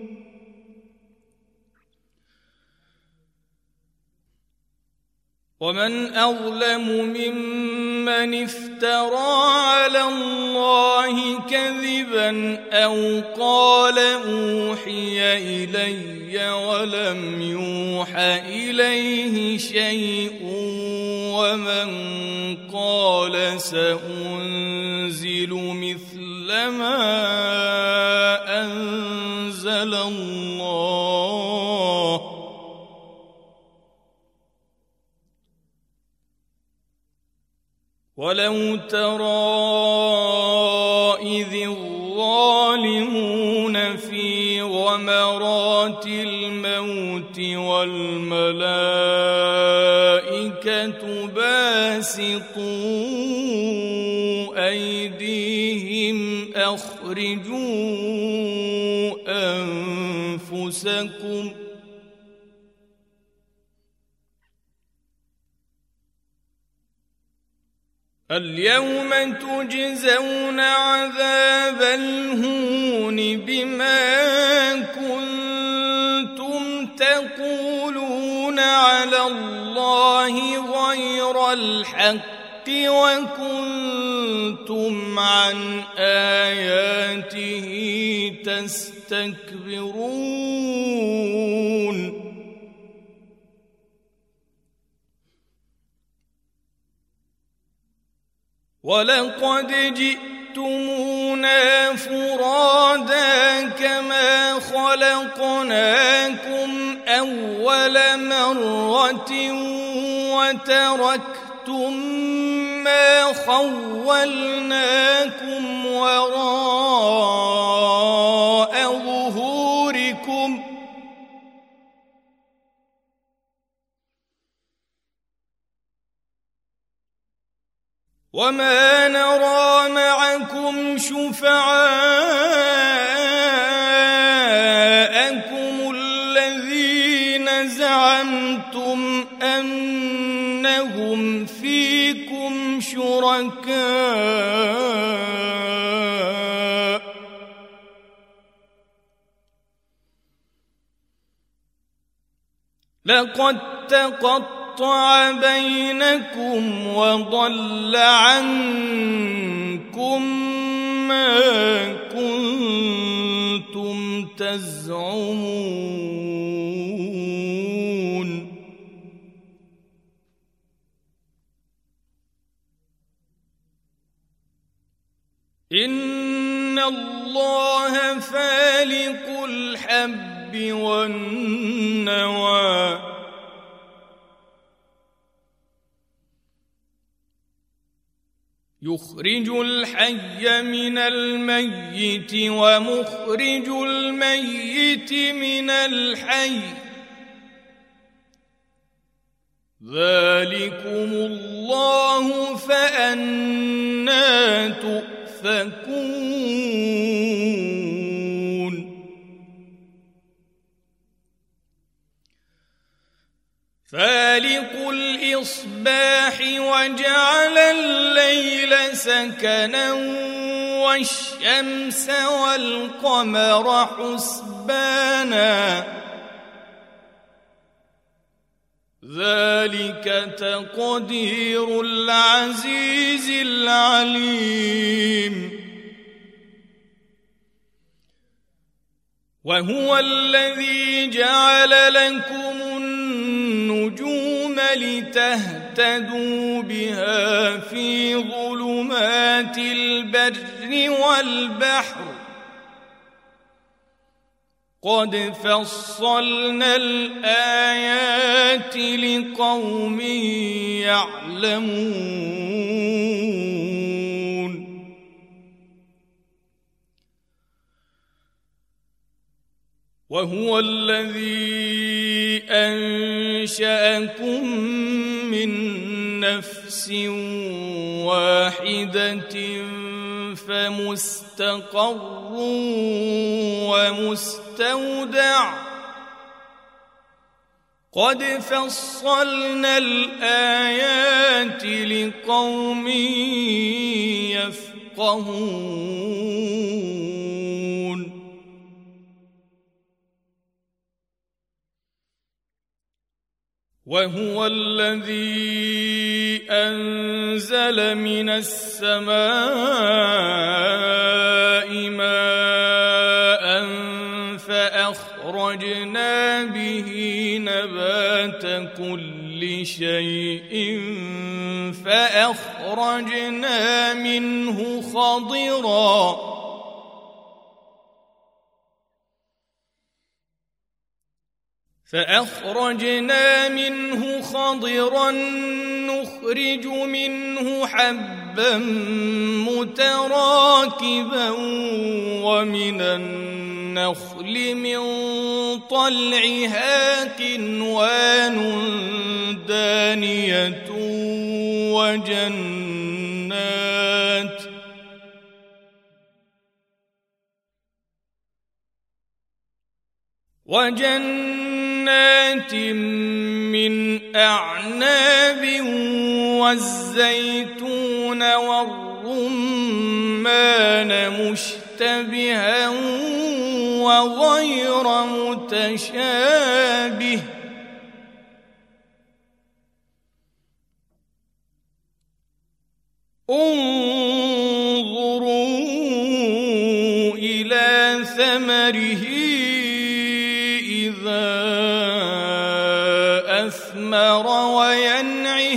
ومن أظلم ممن افترى على الله كذبا أو قال أوحي إلي ولم يوح إليه شيء ومن قال سأنزل مثل ما أنزل الله ولو ترى إذ الظالمون في غمرات الموت والملائكة باسطوا أيديهم أخرجوا أنفسكم اليوم تجزون عذاب الهون بما كنتم تقولون على الله غير الحق وكنتم عن آياته تستكبرون. ولقد جئتمونا فرادا كما خلقناكم أول مرة وتركتم ما خولناكم وراء ظهوركم وما نرى معكم شفعاءكم الذين زعمتم أنهم فيكم شركاء لقد تقطع بينكم وضل عنكم ما كنتم تزعمون. إن الله فالق الحب والنوى يخرج الحي من الميت ومخرج الميت من الحي ذلكم الله فأنى تؤفكون. فالق الإصباح وجعل الليل سكنا والشمس والقمر حسبانا ذلك تقدير العزيز العليم وهو الذي جعل لكم النجوم لتهتدوا بها في ظلمات البر والبحر قد فصلنا الآيات لقوم يعلمون وهو الذي أنشأكم من نفس واحدة فمستقر ومستودع قد فصلنا الآيات لقوم يفقهون وهو الذي أنزل من السماء ماء فأخرجنا به نبات كل شيء فأخرجنا منه خضرا نخرج منه حبا متراكبا ومن النخل من طلعها قنوان دانية وجنات من أعناب والزيتون والرمان مشتبها وغير متشابه انظروا إلى ثمره إذا أثمر وينعه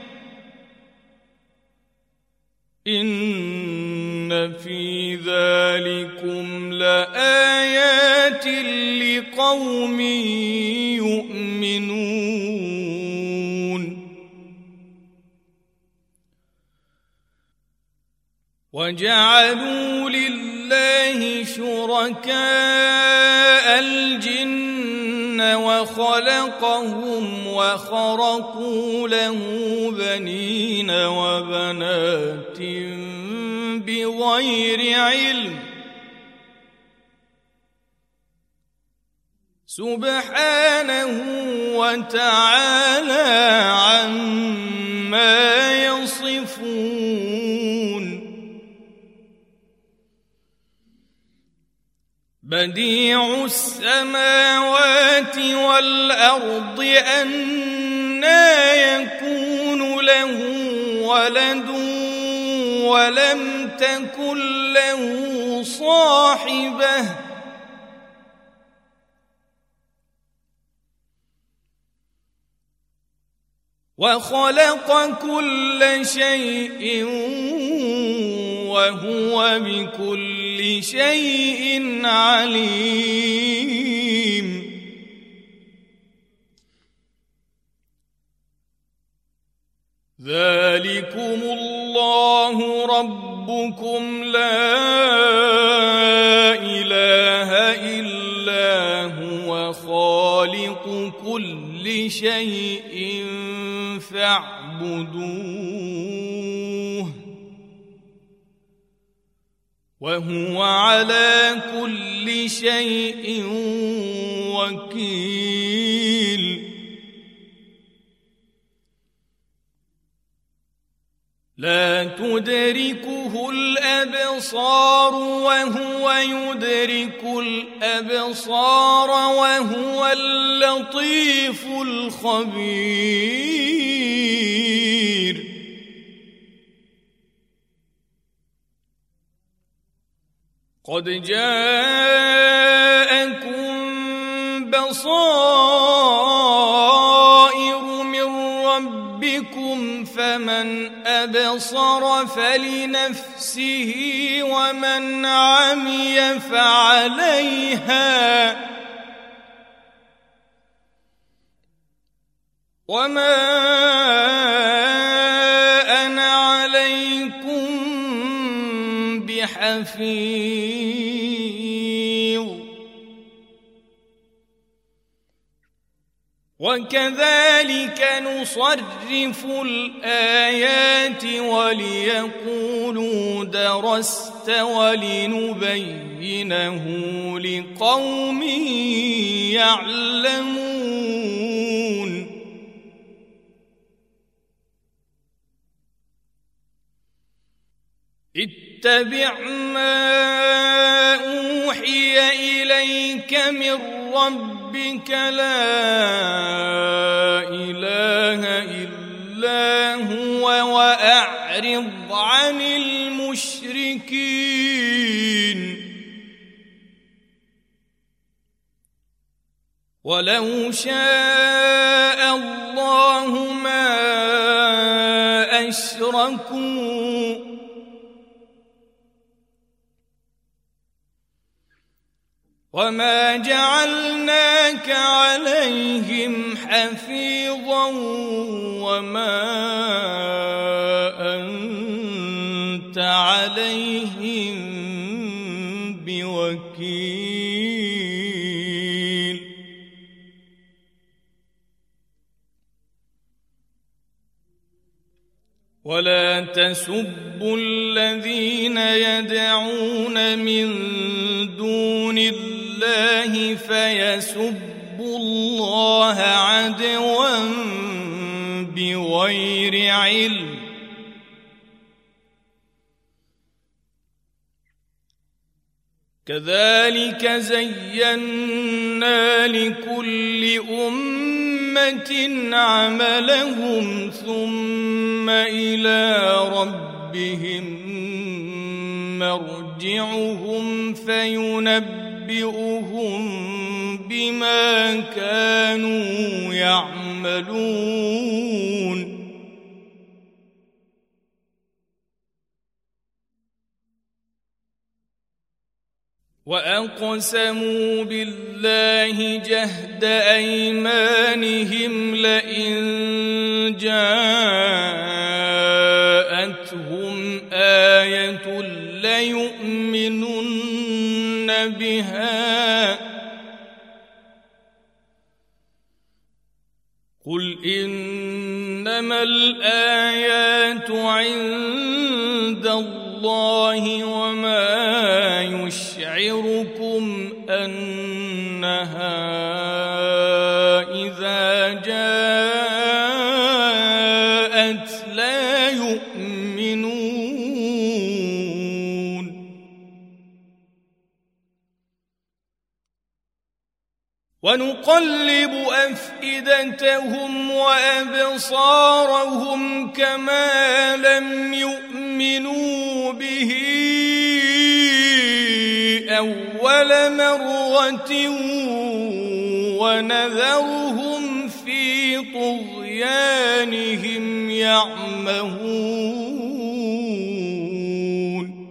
إن في ذلكم لآيات لقوم يؤمنون وجعلوا لله شركاء الجن وخلقهم وخرقوا له بنين وبنات بغير علم سبحانه وتعالى عما يصفون بديع السماوات والأرض أنى يكون له ولد ولم تكن له صاحبة وخلق كل شيء وهو بكل شيء عليم ذلكم الله ربكم لا إله إلا هو خالق كل شيء فاعبدوه وهو على كل شيء وكيل لا تدركه الأبصار وهو يدرك الأبصار وهو اللطيف الخبير قد جاءكم بصائر من ربكم فمن أبصر فلنفسه ومن عمي فعليها وما أنا عليكم بحفيظ وكذلك نصرف الآيات وليقولوا درست ولنبينه لقوم يعلمون اتبع ما أوحي إليك من ربك لا إله إلا هو وأعرض عن المشركين ولو شاء الله ما أشركوا وما جعلناك عليهم حفيظا وما أنت عليهم بوكيل ولا تسبوا الذين يدعون من دون الله فيسبوا الله عدوا بغير علم كذلك زينا لكل أمة عملهم ثم إلى ربهم مرجعهم فينبئهم بما كانوا يعملون وأقسموا بالله جهد أيمانهم لئن جاءتهم آية ليؤمنن بها قل إنما الآيات عند الله وما يشعركم أنها إذا جاءت لا يؤمنون ونقلب أفئدتهم وأبصارهم كما لم يؤمنوا به أول مرة ونذرهم في طغيانهم يعمهون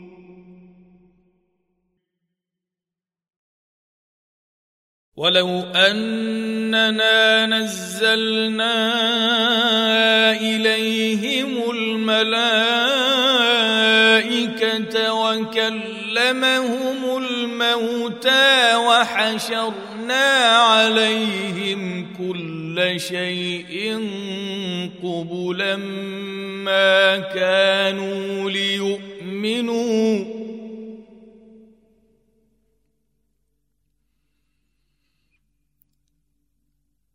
ولو أننا نزلنا إليهم الملائكة وكلمهم الموتى وحشرنا عليهم كل شيء قبلا ما كانوا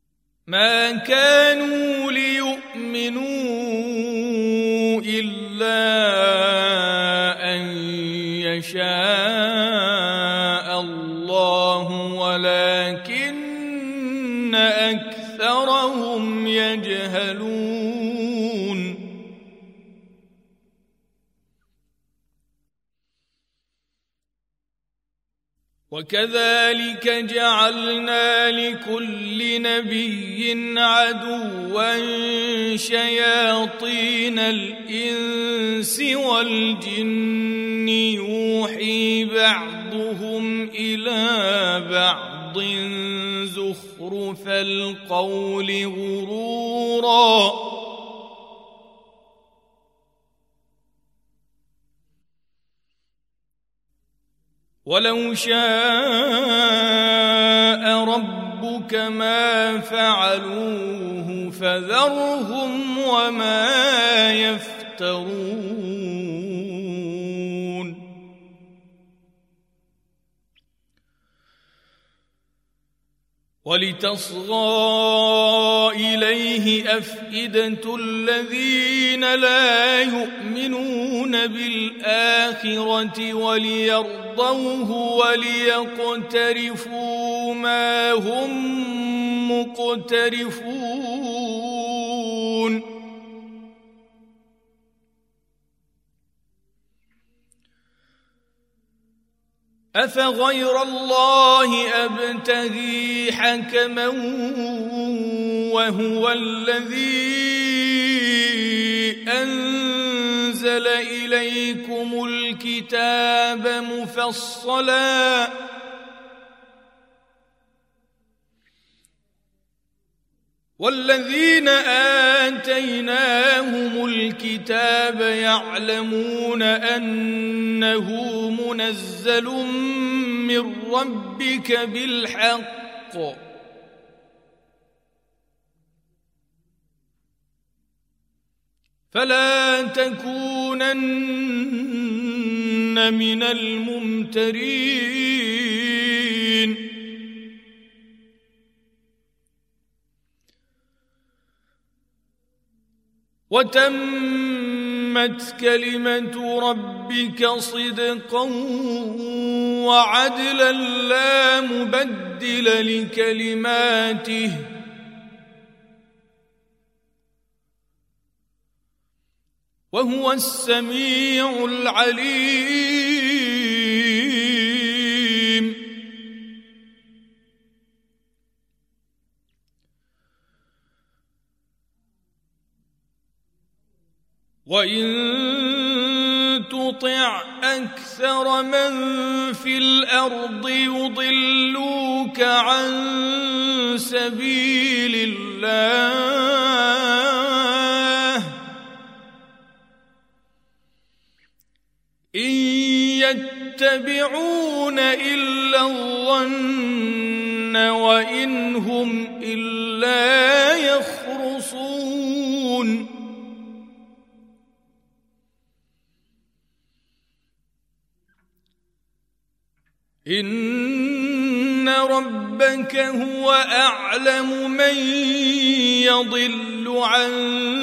ليؤمنوا إلا يشاء الله ولكن أكثرهم يجهلون وكذلك جعلنا لكل نبي عدوا شياطين الإنس والجن يوحي بعضهم إلى بعض زخرف القول غرورا ولو شاء ربك ما فعلوه فذرهم وما يفترون ولتصغى إليه أفئدة الذين لا يؤمنون بالآخرة وليرضوه وليقترفوا ما هم مقترفون أفغير الله أبتغي حكما وهو الذي أنزل إليكم الكتاب مفصلا والذين آتيناهم الكتاب يعلمون أنه منزل من ربك بالحق فلا تكونن من الممترين وتمت كلمة ربك صدقا وعدلا لا مبدل لكلماته وهو السميع العليم وإن تطع أكثر من في الأرض يضلوك عن سبيل الله إن يتبعون إلا الظن وإن هم إلا يخرصون إن ربك هو أعلم من يضل عن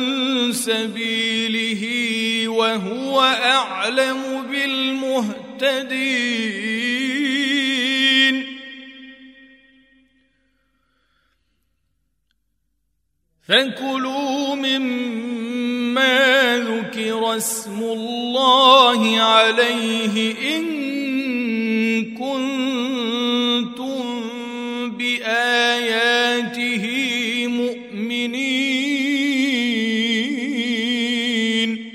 سبيله وهو أعلم بالمهتدين فكلوا مما ذكر اسم الله عليه إن كنتم بآياته مؤمنين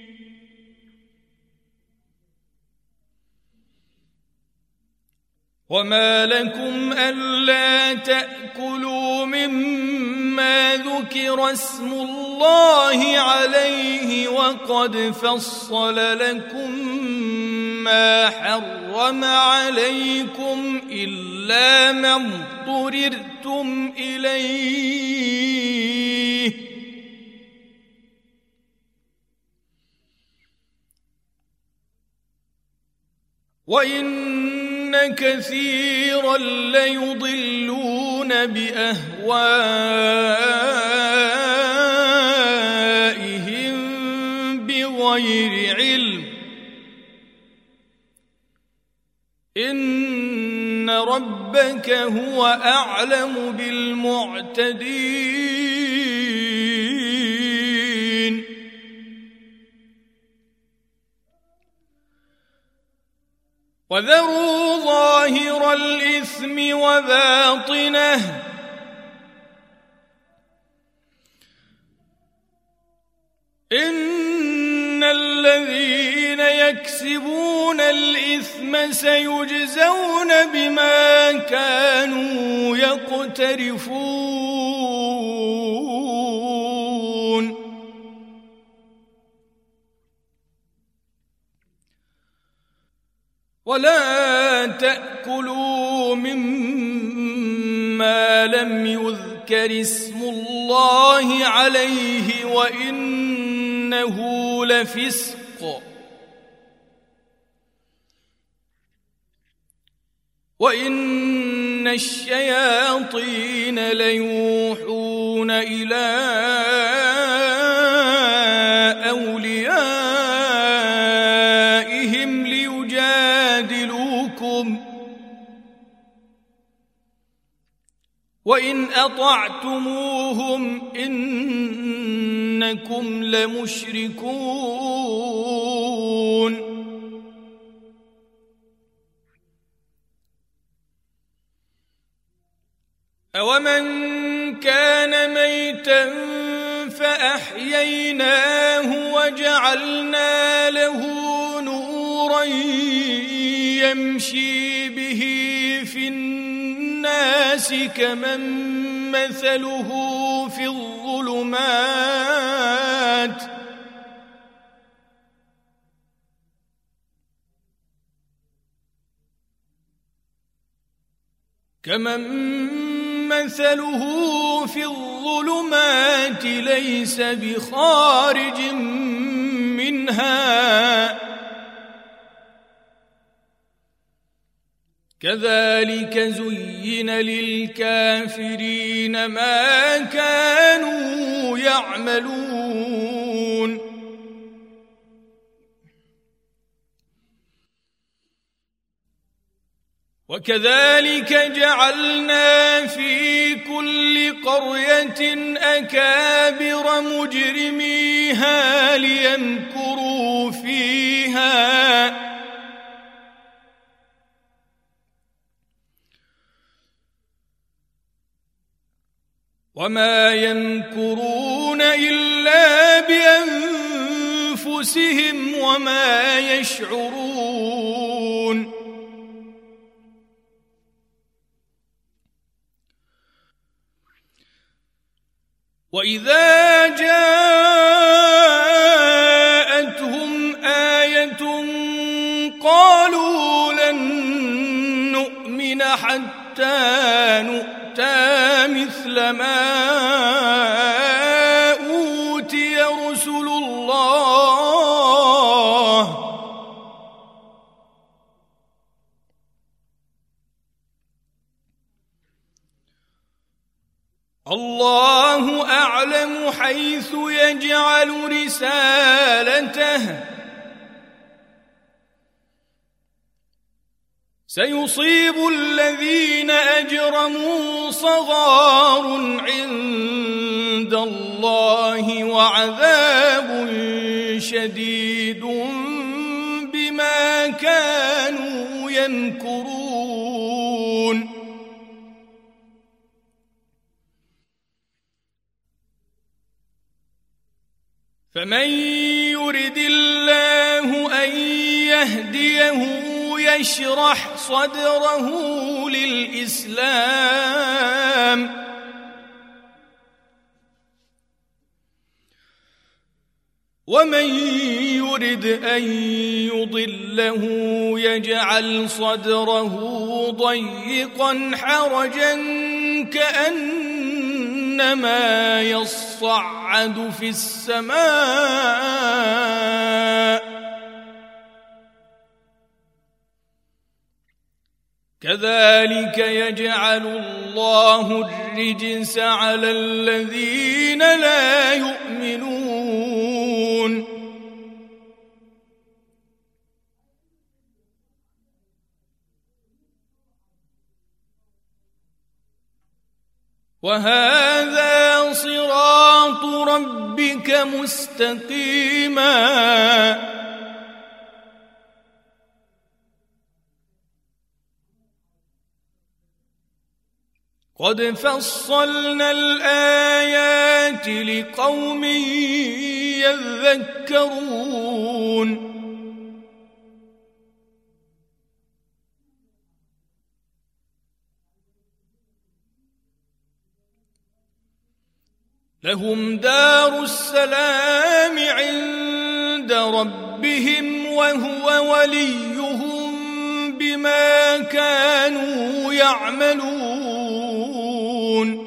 وما لكم ألا تأكلوا مما ذكر اسم الله عليه وقد فصل لكم ما حرم عليكم إلا ما اضطررتم إليه وإن كثيرا ليضلون بأهوائهم بغير علم ربك هو أعلم بالمعتدين وذروا ظاهر الإثم وباطنه إن الذين يكسبون الإثم سيجزون بما كانوا يقترفون ولا تأكلوا مما لم يذكر اسم الله عليه وإنه لفسق وإن الشياطين ليوحون إلى أوليائهم ليجادلوكم وإن أطعتموهم إنكم لمشركون أومن كان ميتا فأحييناه وجعلنا له نورا يمشي به في الناس كمن مثله في الظلمات ليس بخارج منها كذلك زين للكافرين ما كانوا يعملون وكذلك جعلنا في كل قرية أكابر مجرميها ليمكروا فيها وما يمكرون إلا بأنفسهم وما يشعرون وإذا جاءتهم آية قالوا لن نؤمن حتى نؤتى مثل ما أوتي رسل الله الله أعلم حيث يجعل رسالته سيصيب الذين أجرموا صغار عند الله وعذاب شديد بما كانوا يمكرون فمن يرد الله أن يهديه يشرح صدره للإسلام ومن يرد أن يضله يجعل صدره ضيقا حرجا كأنما يصعد في السماء كذلك يجعل الله الرجس على الذين لا يؤمنون وهذا صراط ربك مستقيما قد فصلنا الآيات لقوم يذكرون لهم دار السلام عند ربهم وهو وليهم بما كانوا يعملون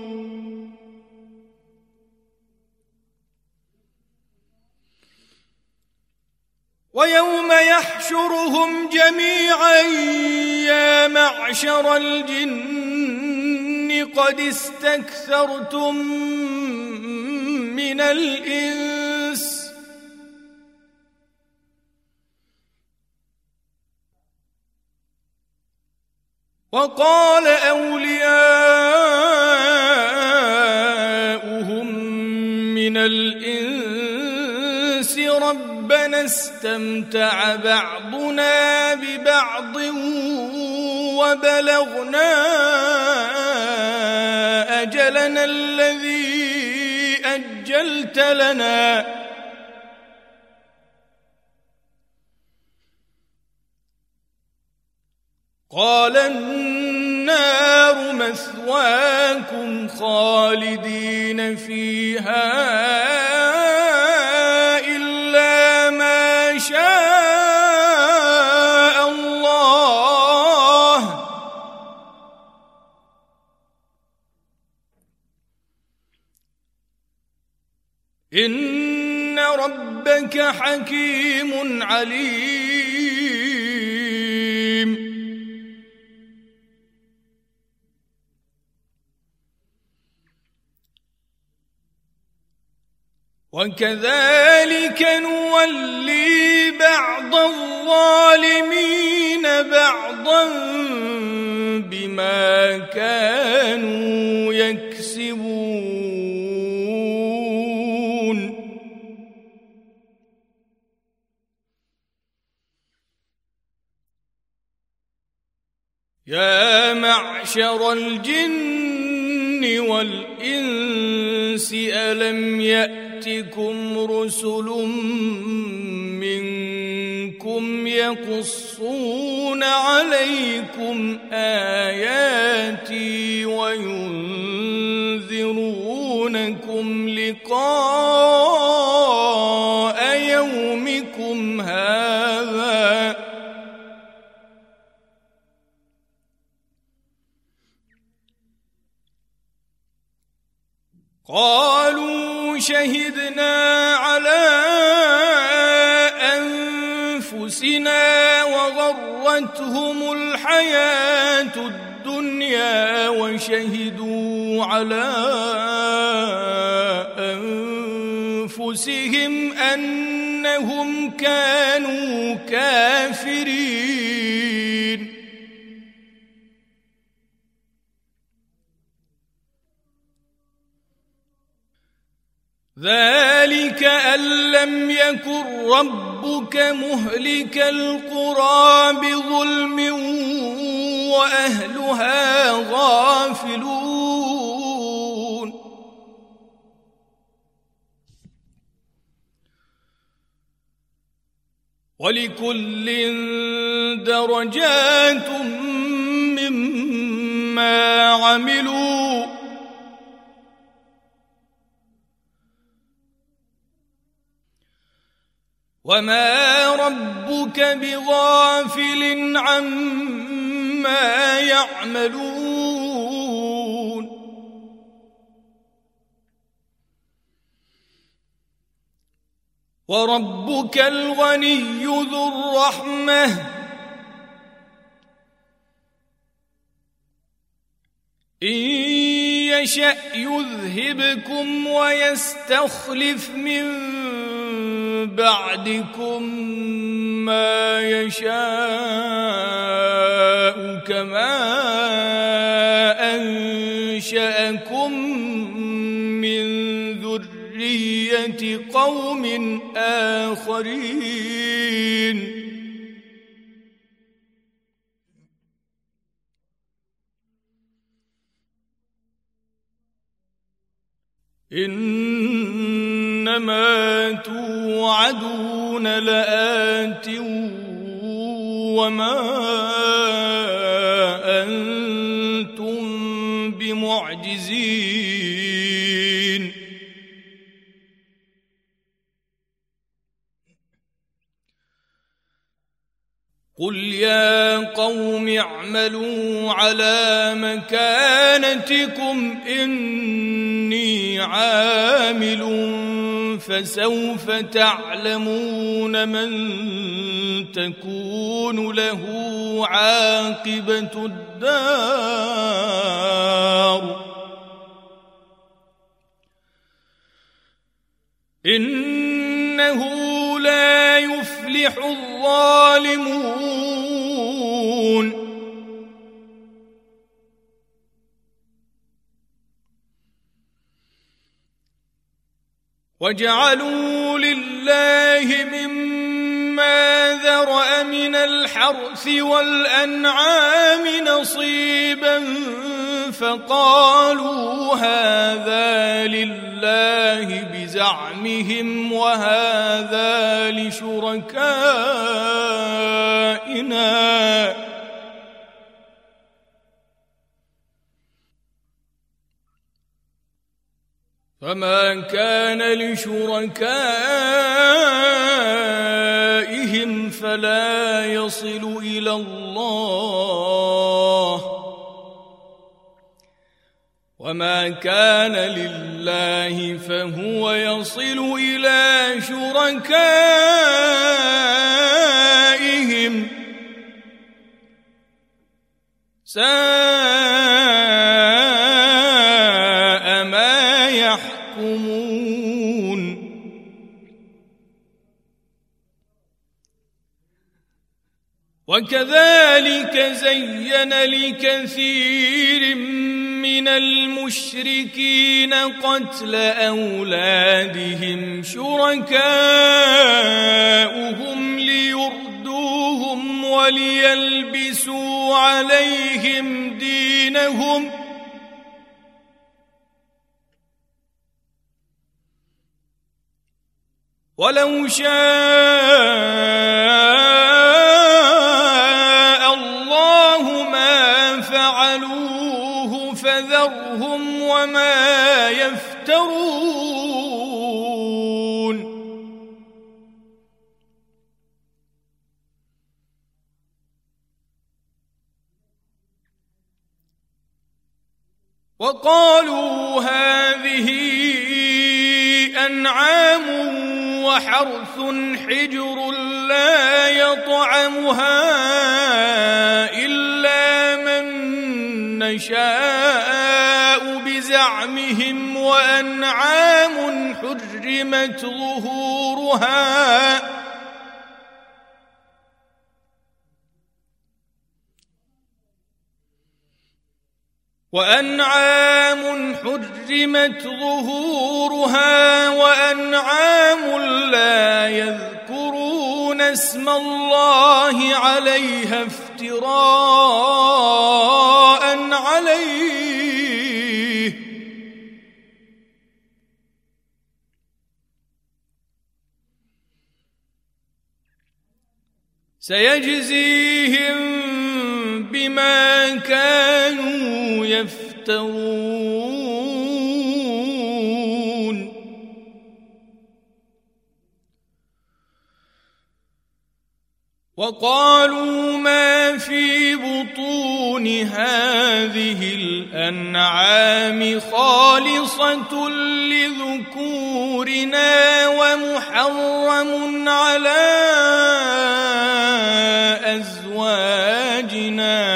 ويوم يحشرهم جميعا يا معشر الجن قد استكثرتم من الإنس وقال أولياؤهم من الإنس ربنا استمتع بعضنا ببعض وبلغنا أجلنا الذي أجلت لنا قال النار مثواكم خالدين فيها إلا ما شاء الله إن ربك حكيم عليم وكذلك نولي بعض الظالمين بعضا بما كانوا يكسبون يا معشر الجن والإنس ألم يأتكم رسل منكم يقصون عليكم آياتي وينذرونكم لقاء يومكم هذا قالوا شهدنا على أنفسنا وغرتهم الحياة الدنيا وشهدوا على أنفسهم أنهم كانوا كافرين ذلك أن لم يكن ربك مهلك القرى بظلم وأهلها غافلون ولكل درجات مما عملوا وما ربك بغافل عما يعملون وربك الغني ذو الرحمة إن يشأ يذهبكم ويستخلف من بعدكم ما يشاء كما أنشأكم من ذرية قوم آخرين إنما توعدون لآت وما أنتم بمعجزين قل يا قوم اعملوا على مكانتكم إني عامل فسوف تعلمون من تكون له عاقبة الدار إنه لا يفلح الظالمون وجعلوا لله مما ذرأ من الحرث والأنعام نصيبا فقالوا هذا لله بزعمهم وهذا لشركائنا فما كان لشركائهم فلا يصل إلى الله وما كان لله فهو يصل إلى شركائهم ساء ما يحكمون وكذلك زين لكثير من المشركين قتل أولادهم شركاؤهم ليردوهم وليلبسوا عليهم دينهم ولو شاء الله ما فعلوه فذرهم وما يفترون وقالوا هذه أنعام وحرث حجر لا يطعمها إلا من نشاء بزعمهم وأنعام حرمت ظهورها وأنعام لا يذكرون اسم الله عليها افتراء عليه سيجزيهم بما كانوا يفترون وقالوا ما في بطون هذه الأنعام خالصة لذكورنا ومحرم على أزواجنا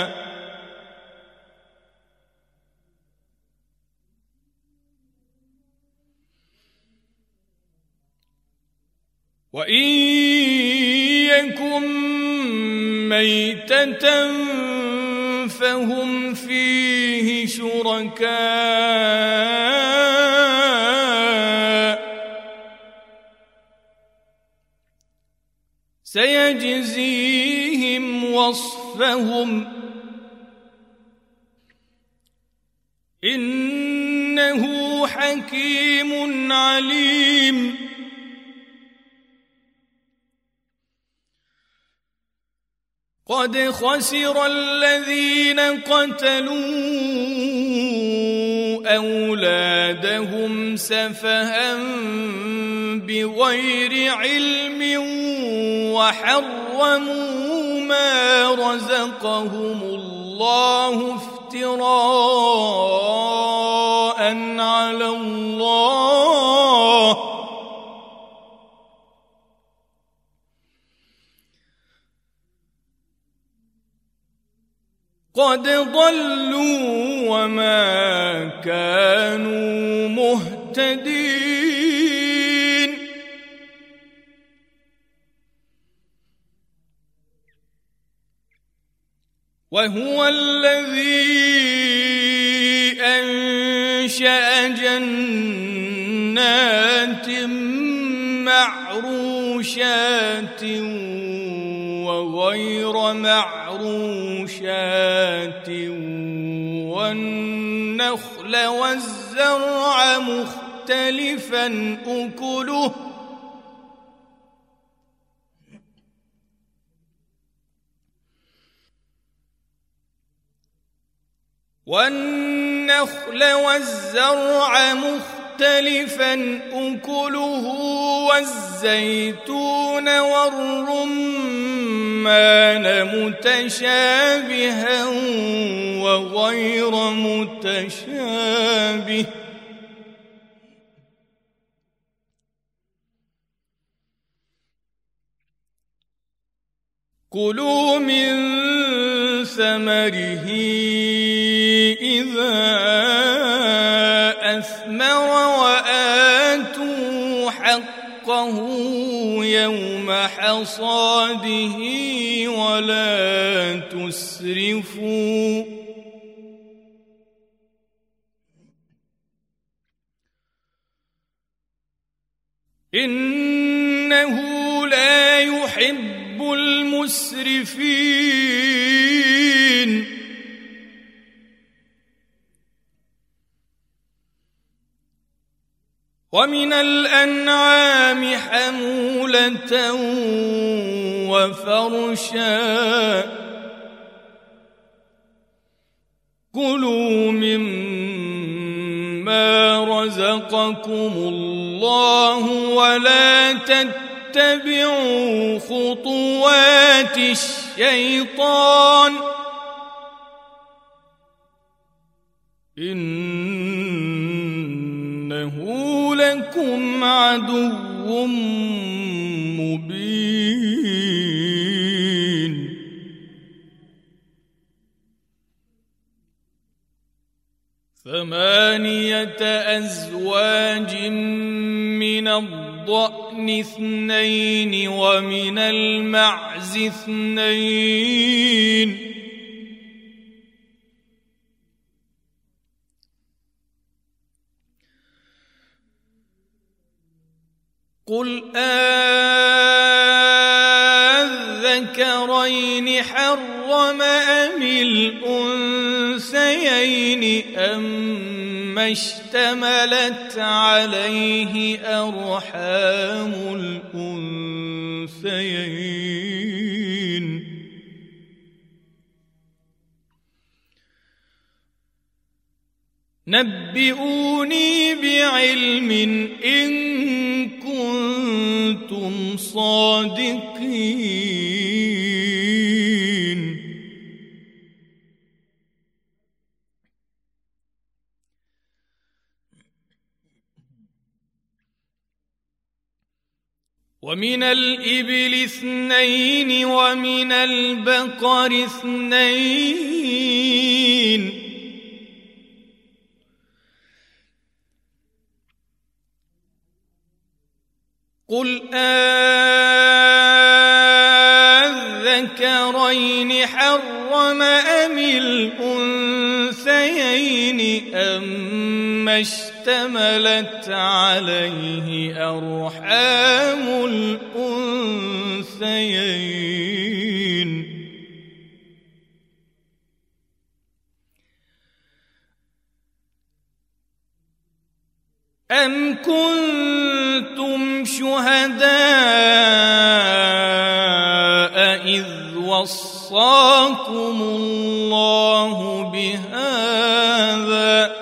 وإن يكن ميتة فهم فيه شركاء سيجزيهم وصفهم إنه حكيم عليم قد خسر الذين قتلوا أولادهم سفها بغير علم وحرموا ما رزقهم الله افتراء على الله قد ضلوا وما كانوا مهتدين وهو الذي أنشأ جنات معروشات وغير معروشات والنخل والزرع مختلفا أكله والزيتون والرمان متشابها وغير متشابه كلوا من ثمره إذا أثمر وآتوا حقه يوم حصاده ولا تسرفوا إنه لا يحب المسرفين ومن الأنعام حمولة وفرشا كلوا مما رزقكم الله ولا تتبعوا خطوات الشيطان إنه لكم عدو مبين ثمانية أزواج من الضأن اثنين ومن المعز اثنين قل أذكرين حرم أم الأنثيين أما اشتملت عليه أرحام الأنثيين نبئوني بعلم إن كنتم صادقين ومن الإبل اثنين ومن البقر اثنين قل أذكرين حرم أم الأنثيين أما اشتملت عليه أرحام الأنثيين أم كنتم شهداء إذ وصاكم الله بهذا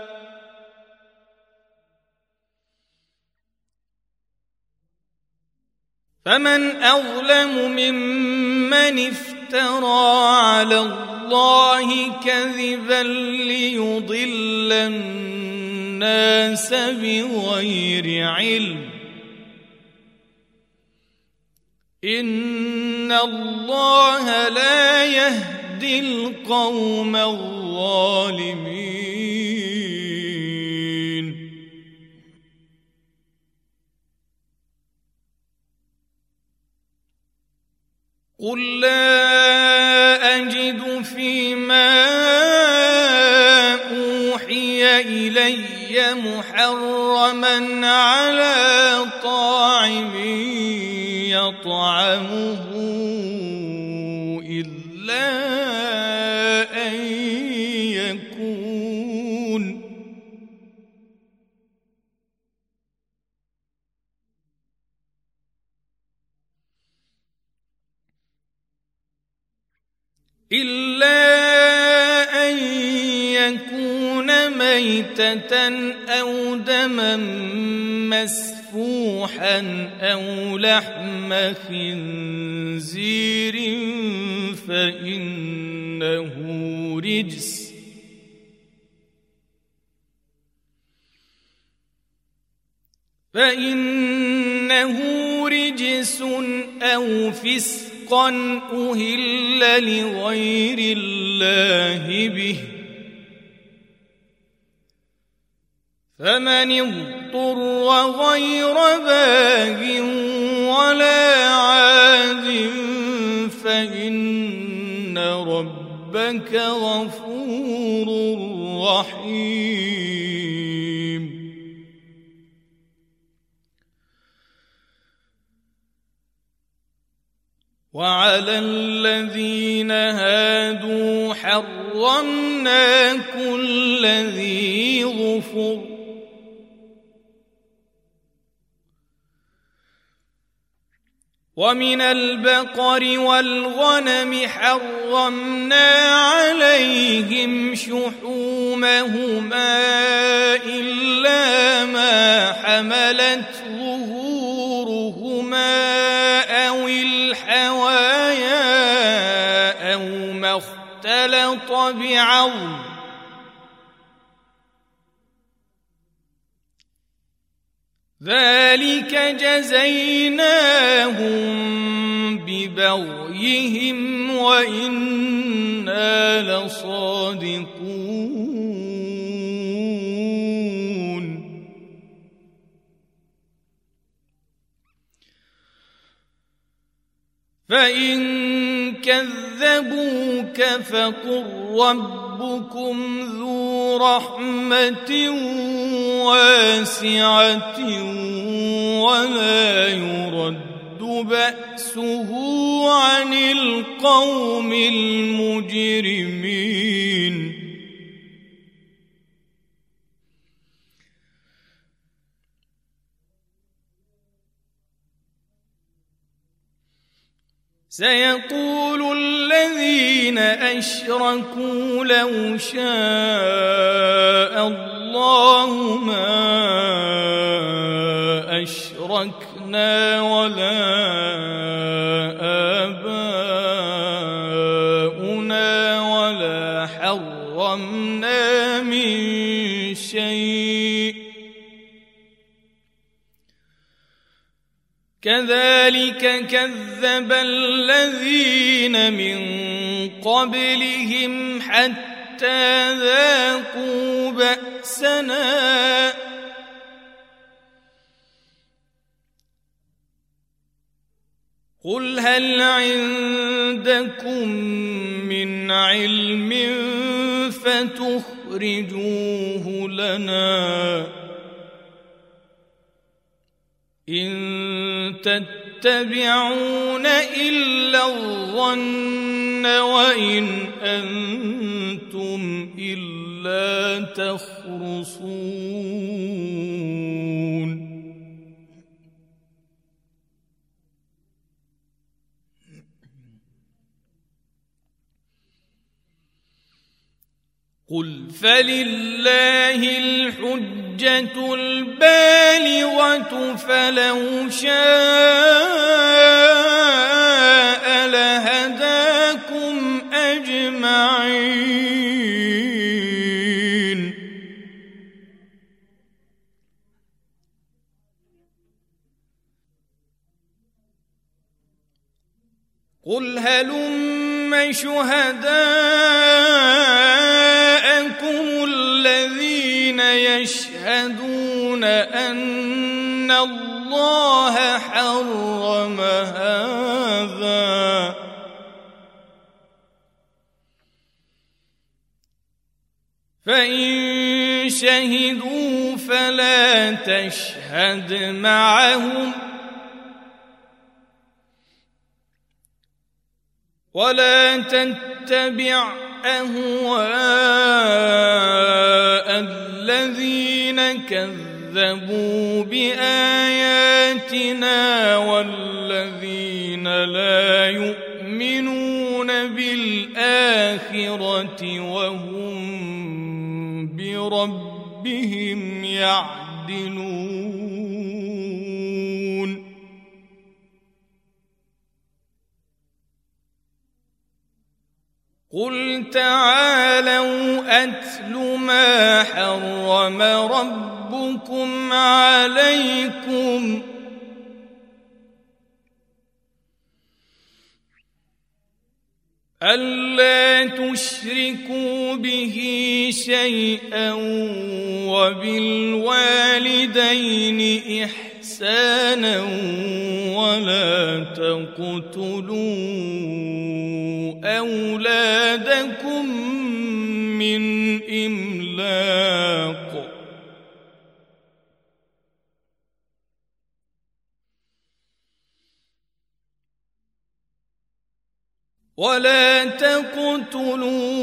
فمن أظلم ممن افترى على الله كذبا ليضل الناس بغير علم إن الله لا يهدي القوم الظالمين قل لا أجد فيما أوحي إلي محرما على طاعم يطعمه إلا أن يكون ميتة أو دما مسفوحا أو لحم خنزير فإنه رجس أو فسقا أهل لغير الله به فمن اضطر غير باغ ولا عاد فإن ربك غفور رحيم وعلى الذين هادوا حرمنا كل ذي ظفر ومن البقر والغنم حرمنا عليهم شحومهما إلا ما حملت ظهورهما أو الحوايا أو ما اختلط بعظم ذلك جزيناهم ببغيهم وإنا لصادقون فإن كذبوك فقل ربكم ذو رحمة واسعة ولا يرد بأسه عن القوم المجرمين سيقول الذين أشركوا لو شاء الله ما أشركنا ولا آباؤنا ولا حرمنا من شيء كذلك كذب الذين من قبلهم حتى ذاقوا بأسنا قل هل عندكم من علم فتخرجوه لنا إن تتبعون إلا الظن وإن أنتم إلا تخرصون قل فلله الحجة البالغة فلو شاء لهداكم أجمعين قل هلم شهداءكم الذين يشهدون أن الله حرم هذا فإن شهدوا فلا تشهد معهم ولا تتبع أهواء الذين كذبوا بآياتنا والذين لا يؤمنون بالآخرة وهم بربهم يعدلون قل تعالوا أتل ما حرم ربكم عليكم ألا تشركوا به شيئا وبالوالدين إحسانا ولا تقتلوا أولادكم من إملاق ولا تقتلوا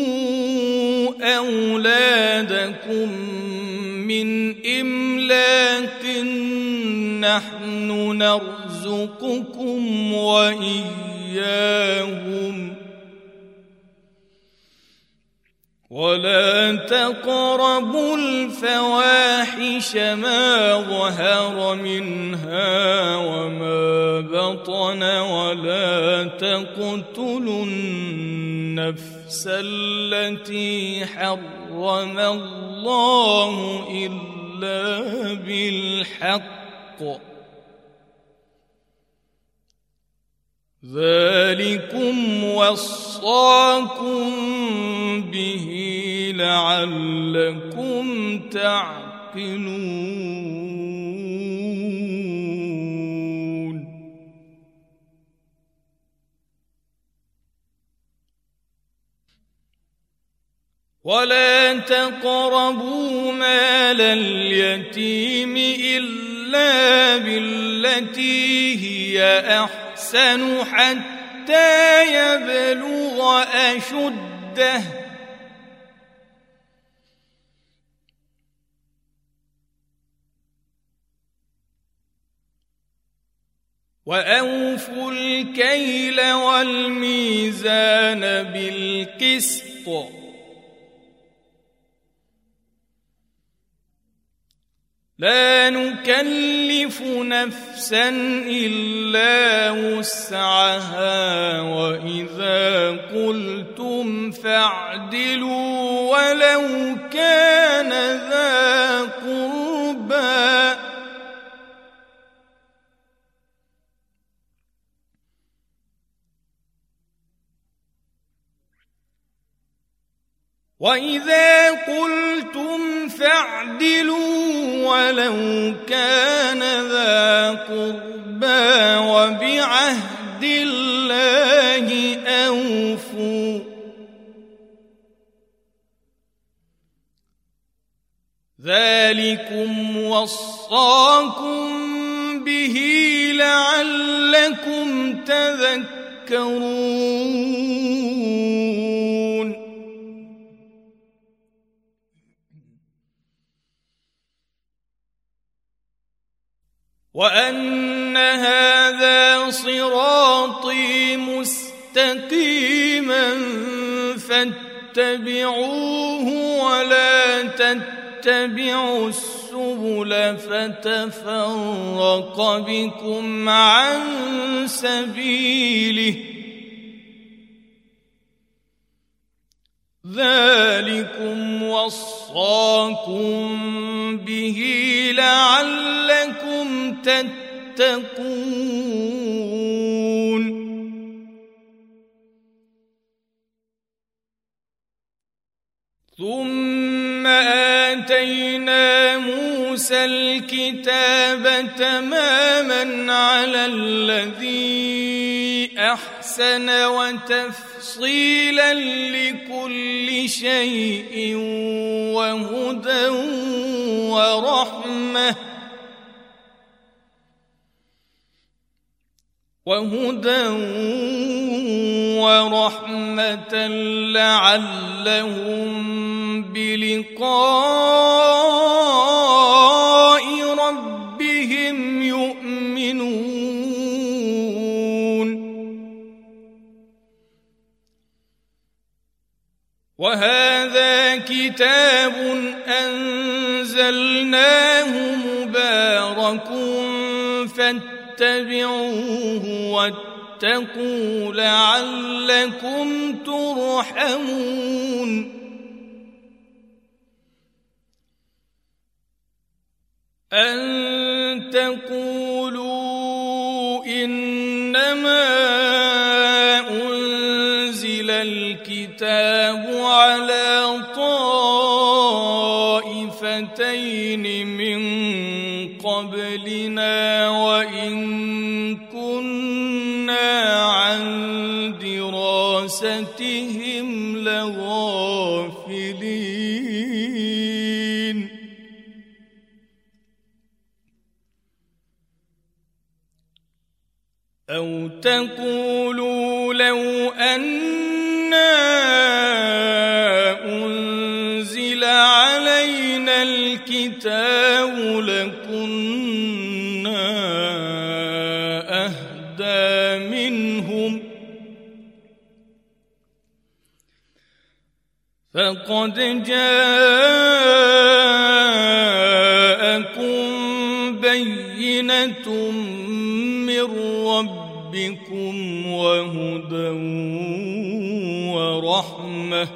أولادكم من إملاق نحن نرزقكم وإياهم ولا تقربوا الفواحش ما ظهر منها وما بطن ولا تقتلوا النفس التي حرم الله إلا بالحق ذلكم وصاكم به لعلكم تعقلون ولا تقربوا مال اليتيم إلا بالتي هي أحسن حتى يبلغ أشده وأوفوا الكيل والميزان بالقسط لا نكلف نفسا إلا وسعها وإذا قلتم فاعدلوا ولو كان ذا قربى وإذا قلتم فاعدلوا ولو كان ذا قربى وبعهد الله أوفوا ذلكم وصاكم به لعلكم تذكرون وأن هذا صراطي مستقيما فاتبعوه ولا تتبعوا السبل فتفرق بكم عن سبيله ذلكم وصاكم به لعلكم تتقون ثم آتينا موسى الكتاب تماما على الذي أحسن وتفصيلا لكل شيء وهدى ورحمة لعلهم بلقاء ربهم يؤمنون وهذا كتاب أنزلناه مبارك فاتبعوه واتقوا لعلكم ترحمون أن تقولوا إنما أنزل الكتاب على طائفتين من قبلنا وإن كنا عن دراستهم لغافلين أو تقولوا لو أنا أنزل علينا الكتاب لكنا أهدى منهم فقد جاءكم بينة من ربكم وهدى ورحمة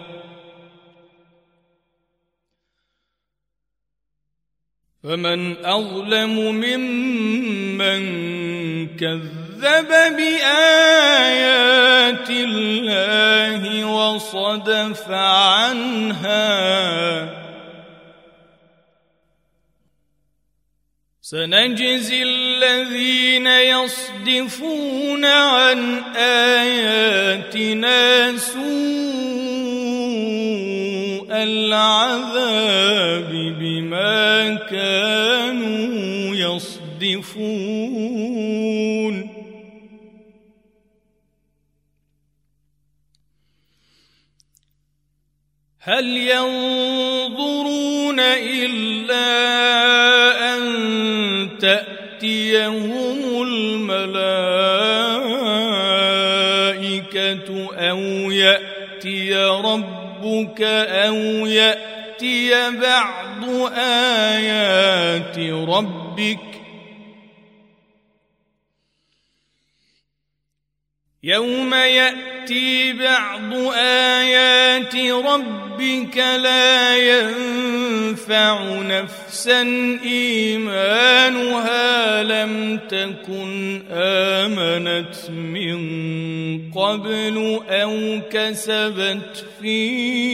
فمن أظلم ممن كذب بآيات الله وصدف عنها سنجزي الذين يصدفون عن آياتنا سوء العذاب بما كانوا يصدفون هل ينظرون إلا أن تأتيهم الملائكة أو يأتي ربك أو يأتي بعض آيات ربك يوم يأتي بعض آيات ربك لا ينفع نفسا إيمانها لم تكن آمنت من قبل أو كسبت في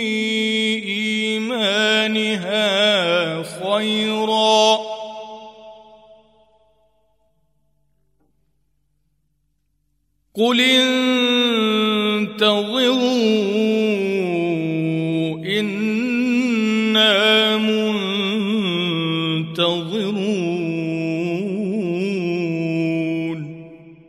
إيمانها خيرا قل انتظروا إنا منتظرون ينتظرون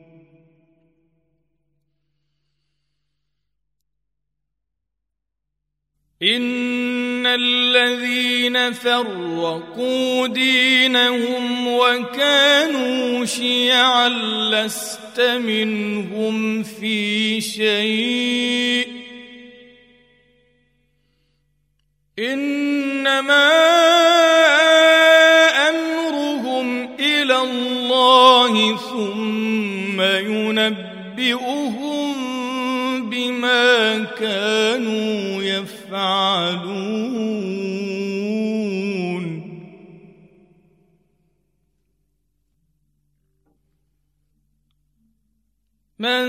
إن الذين فرقوا دينهم وكانوا شيعا لست منهم في شيء إنما أمرهم إلى الله ثم ينبئهم بما كانوا يفعلون من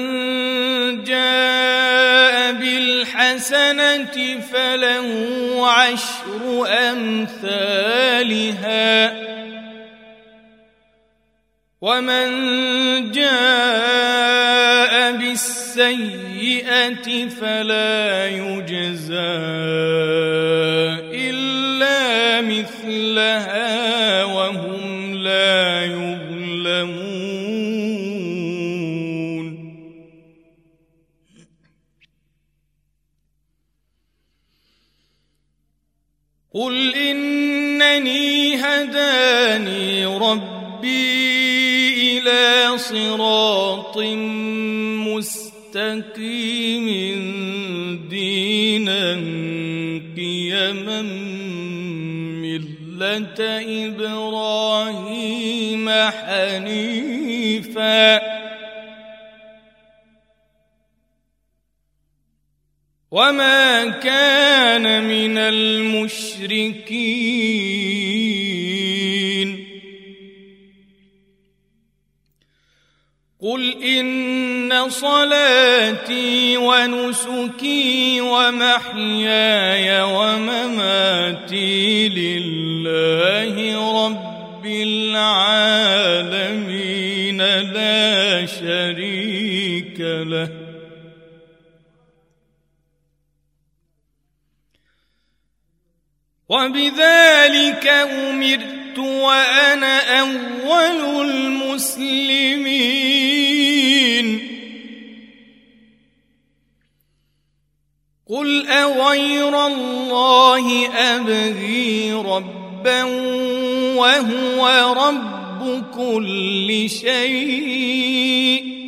جاء بالحسنة فله عشر أمثالها ومن جاء بالسيئة فلا يجزى إلا مثلها وهم لا يظلمون قل إنني هداني ربي إلى صراط مستقيم دينا قيما ملة إبراهيم حنيفا وما كان من المشركين قل إن صلاتي ونسكي ومحياي ومماتي لله رب العالمين لا شريك له وبذلك أمرت وأنا أول المسلمين قل أغير الله أبغي ربا وهو رب كل شيء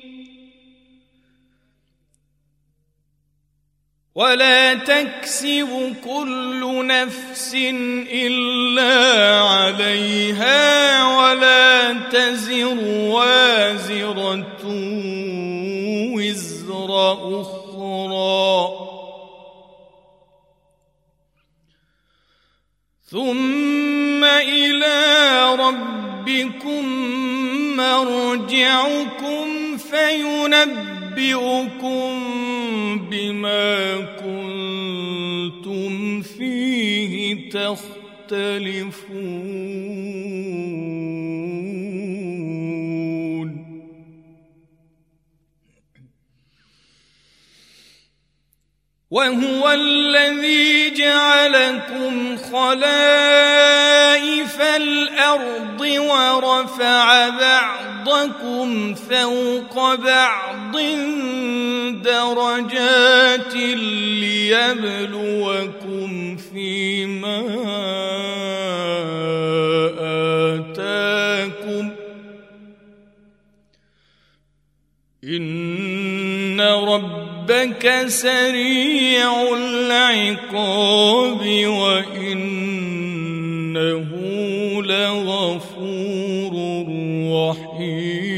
ولا تكسب كل نفس إلا عليها ولا تزر وازرة وزر أخرى ثم إلى ربكم مرجعكم فينبئكم بما كنتم فيه تختلفون وهو الذي جعلكم خلائف الأرض ورفع بعضكم فوق بعض درجات ليبلوكم فيما آتاكم إن ربك سريع العقاب وإنه لغفور رحيم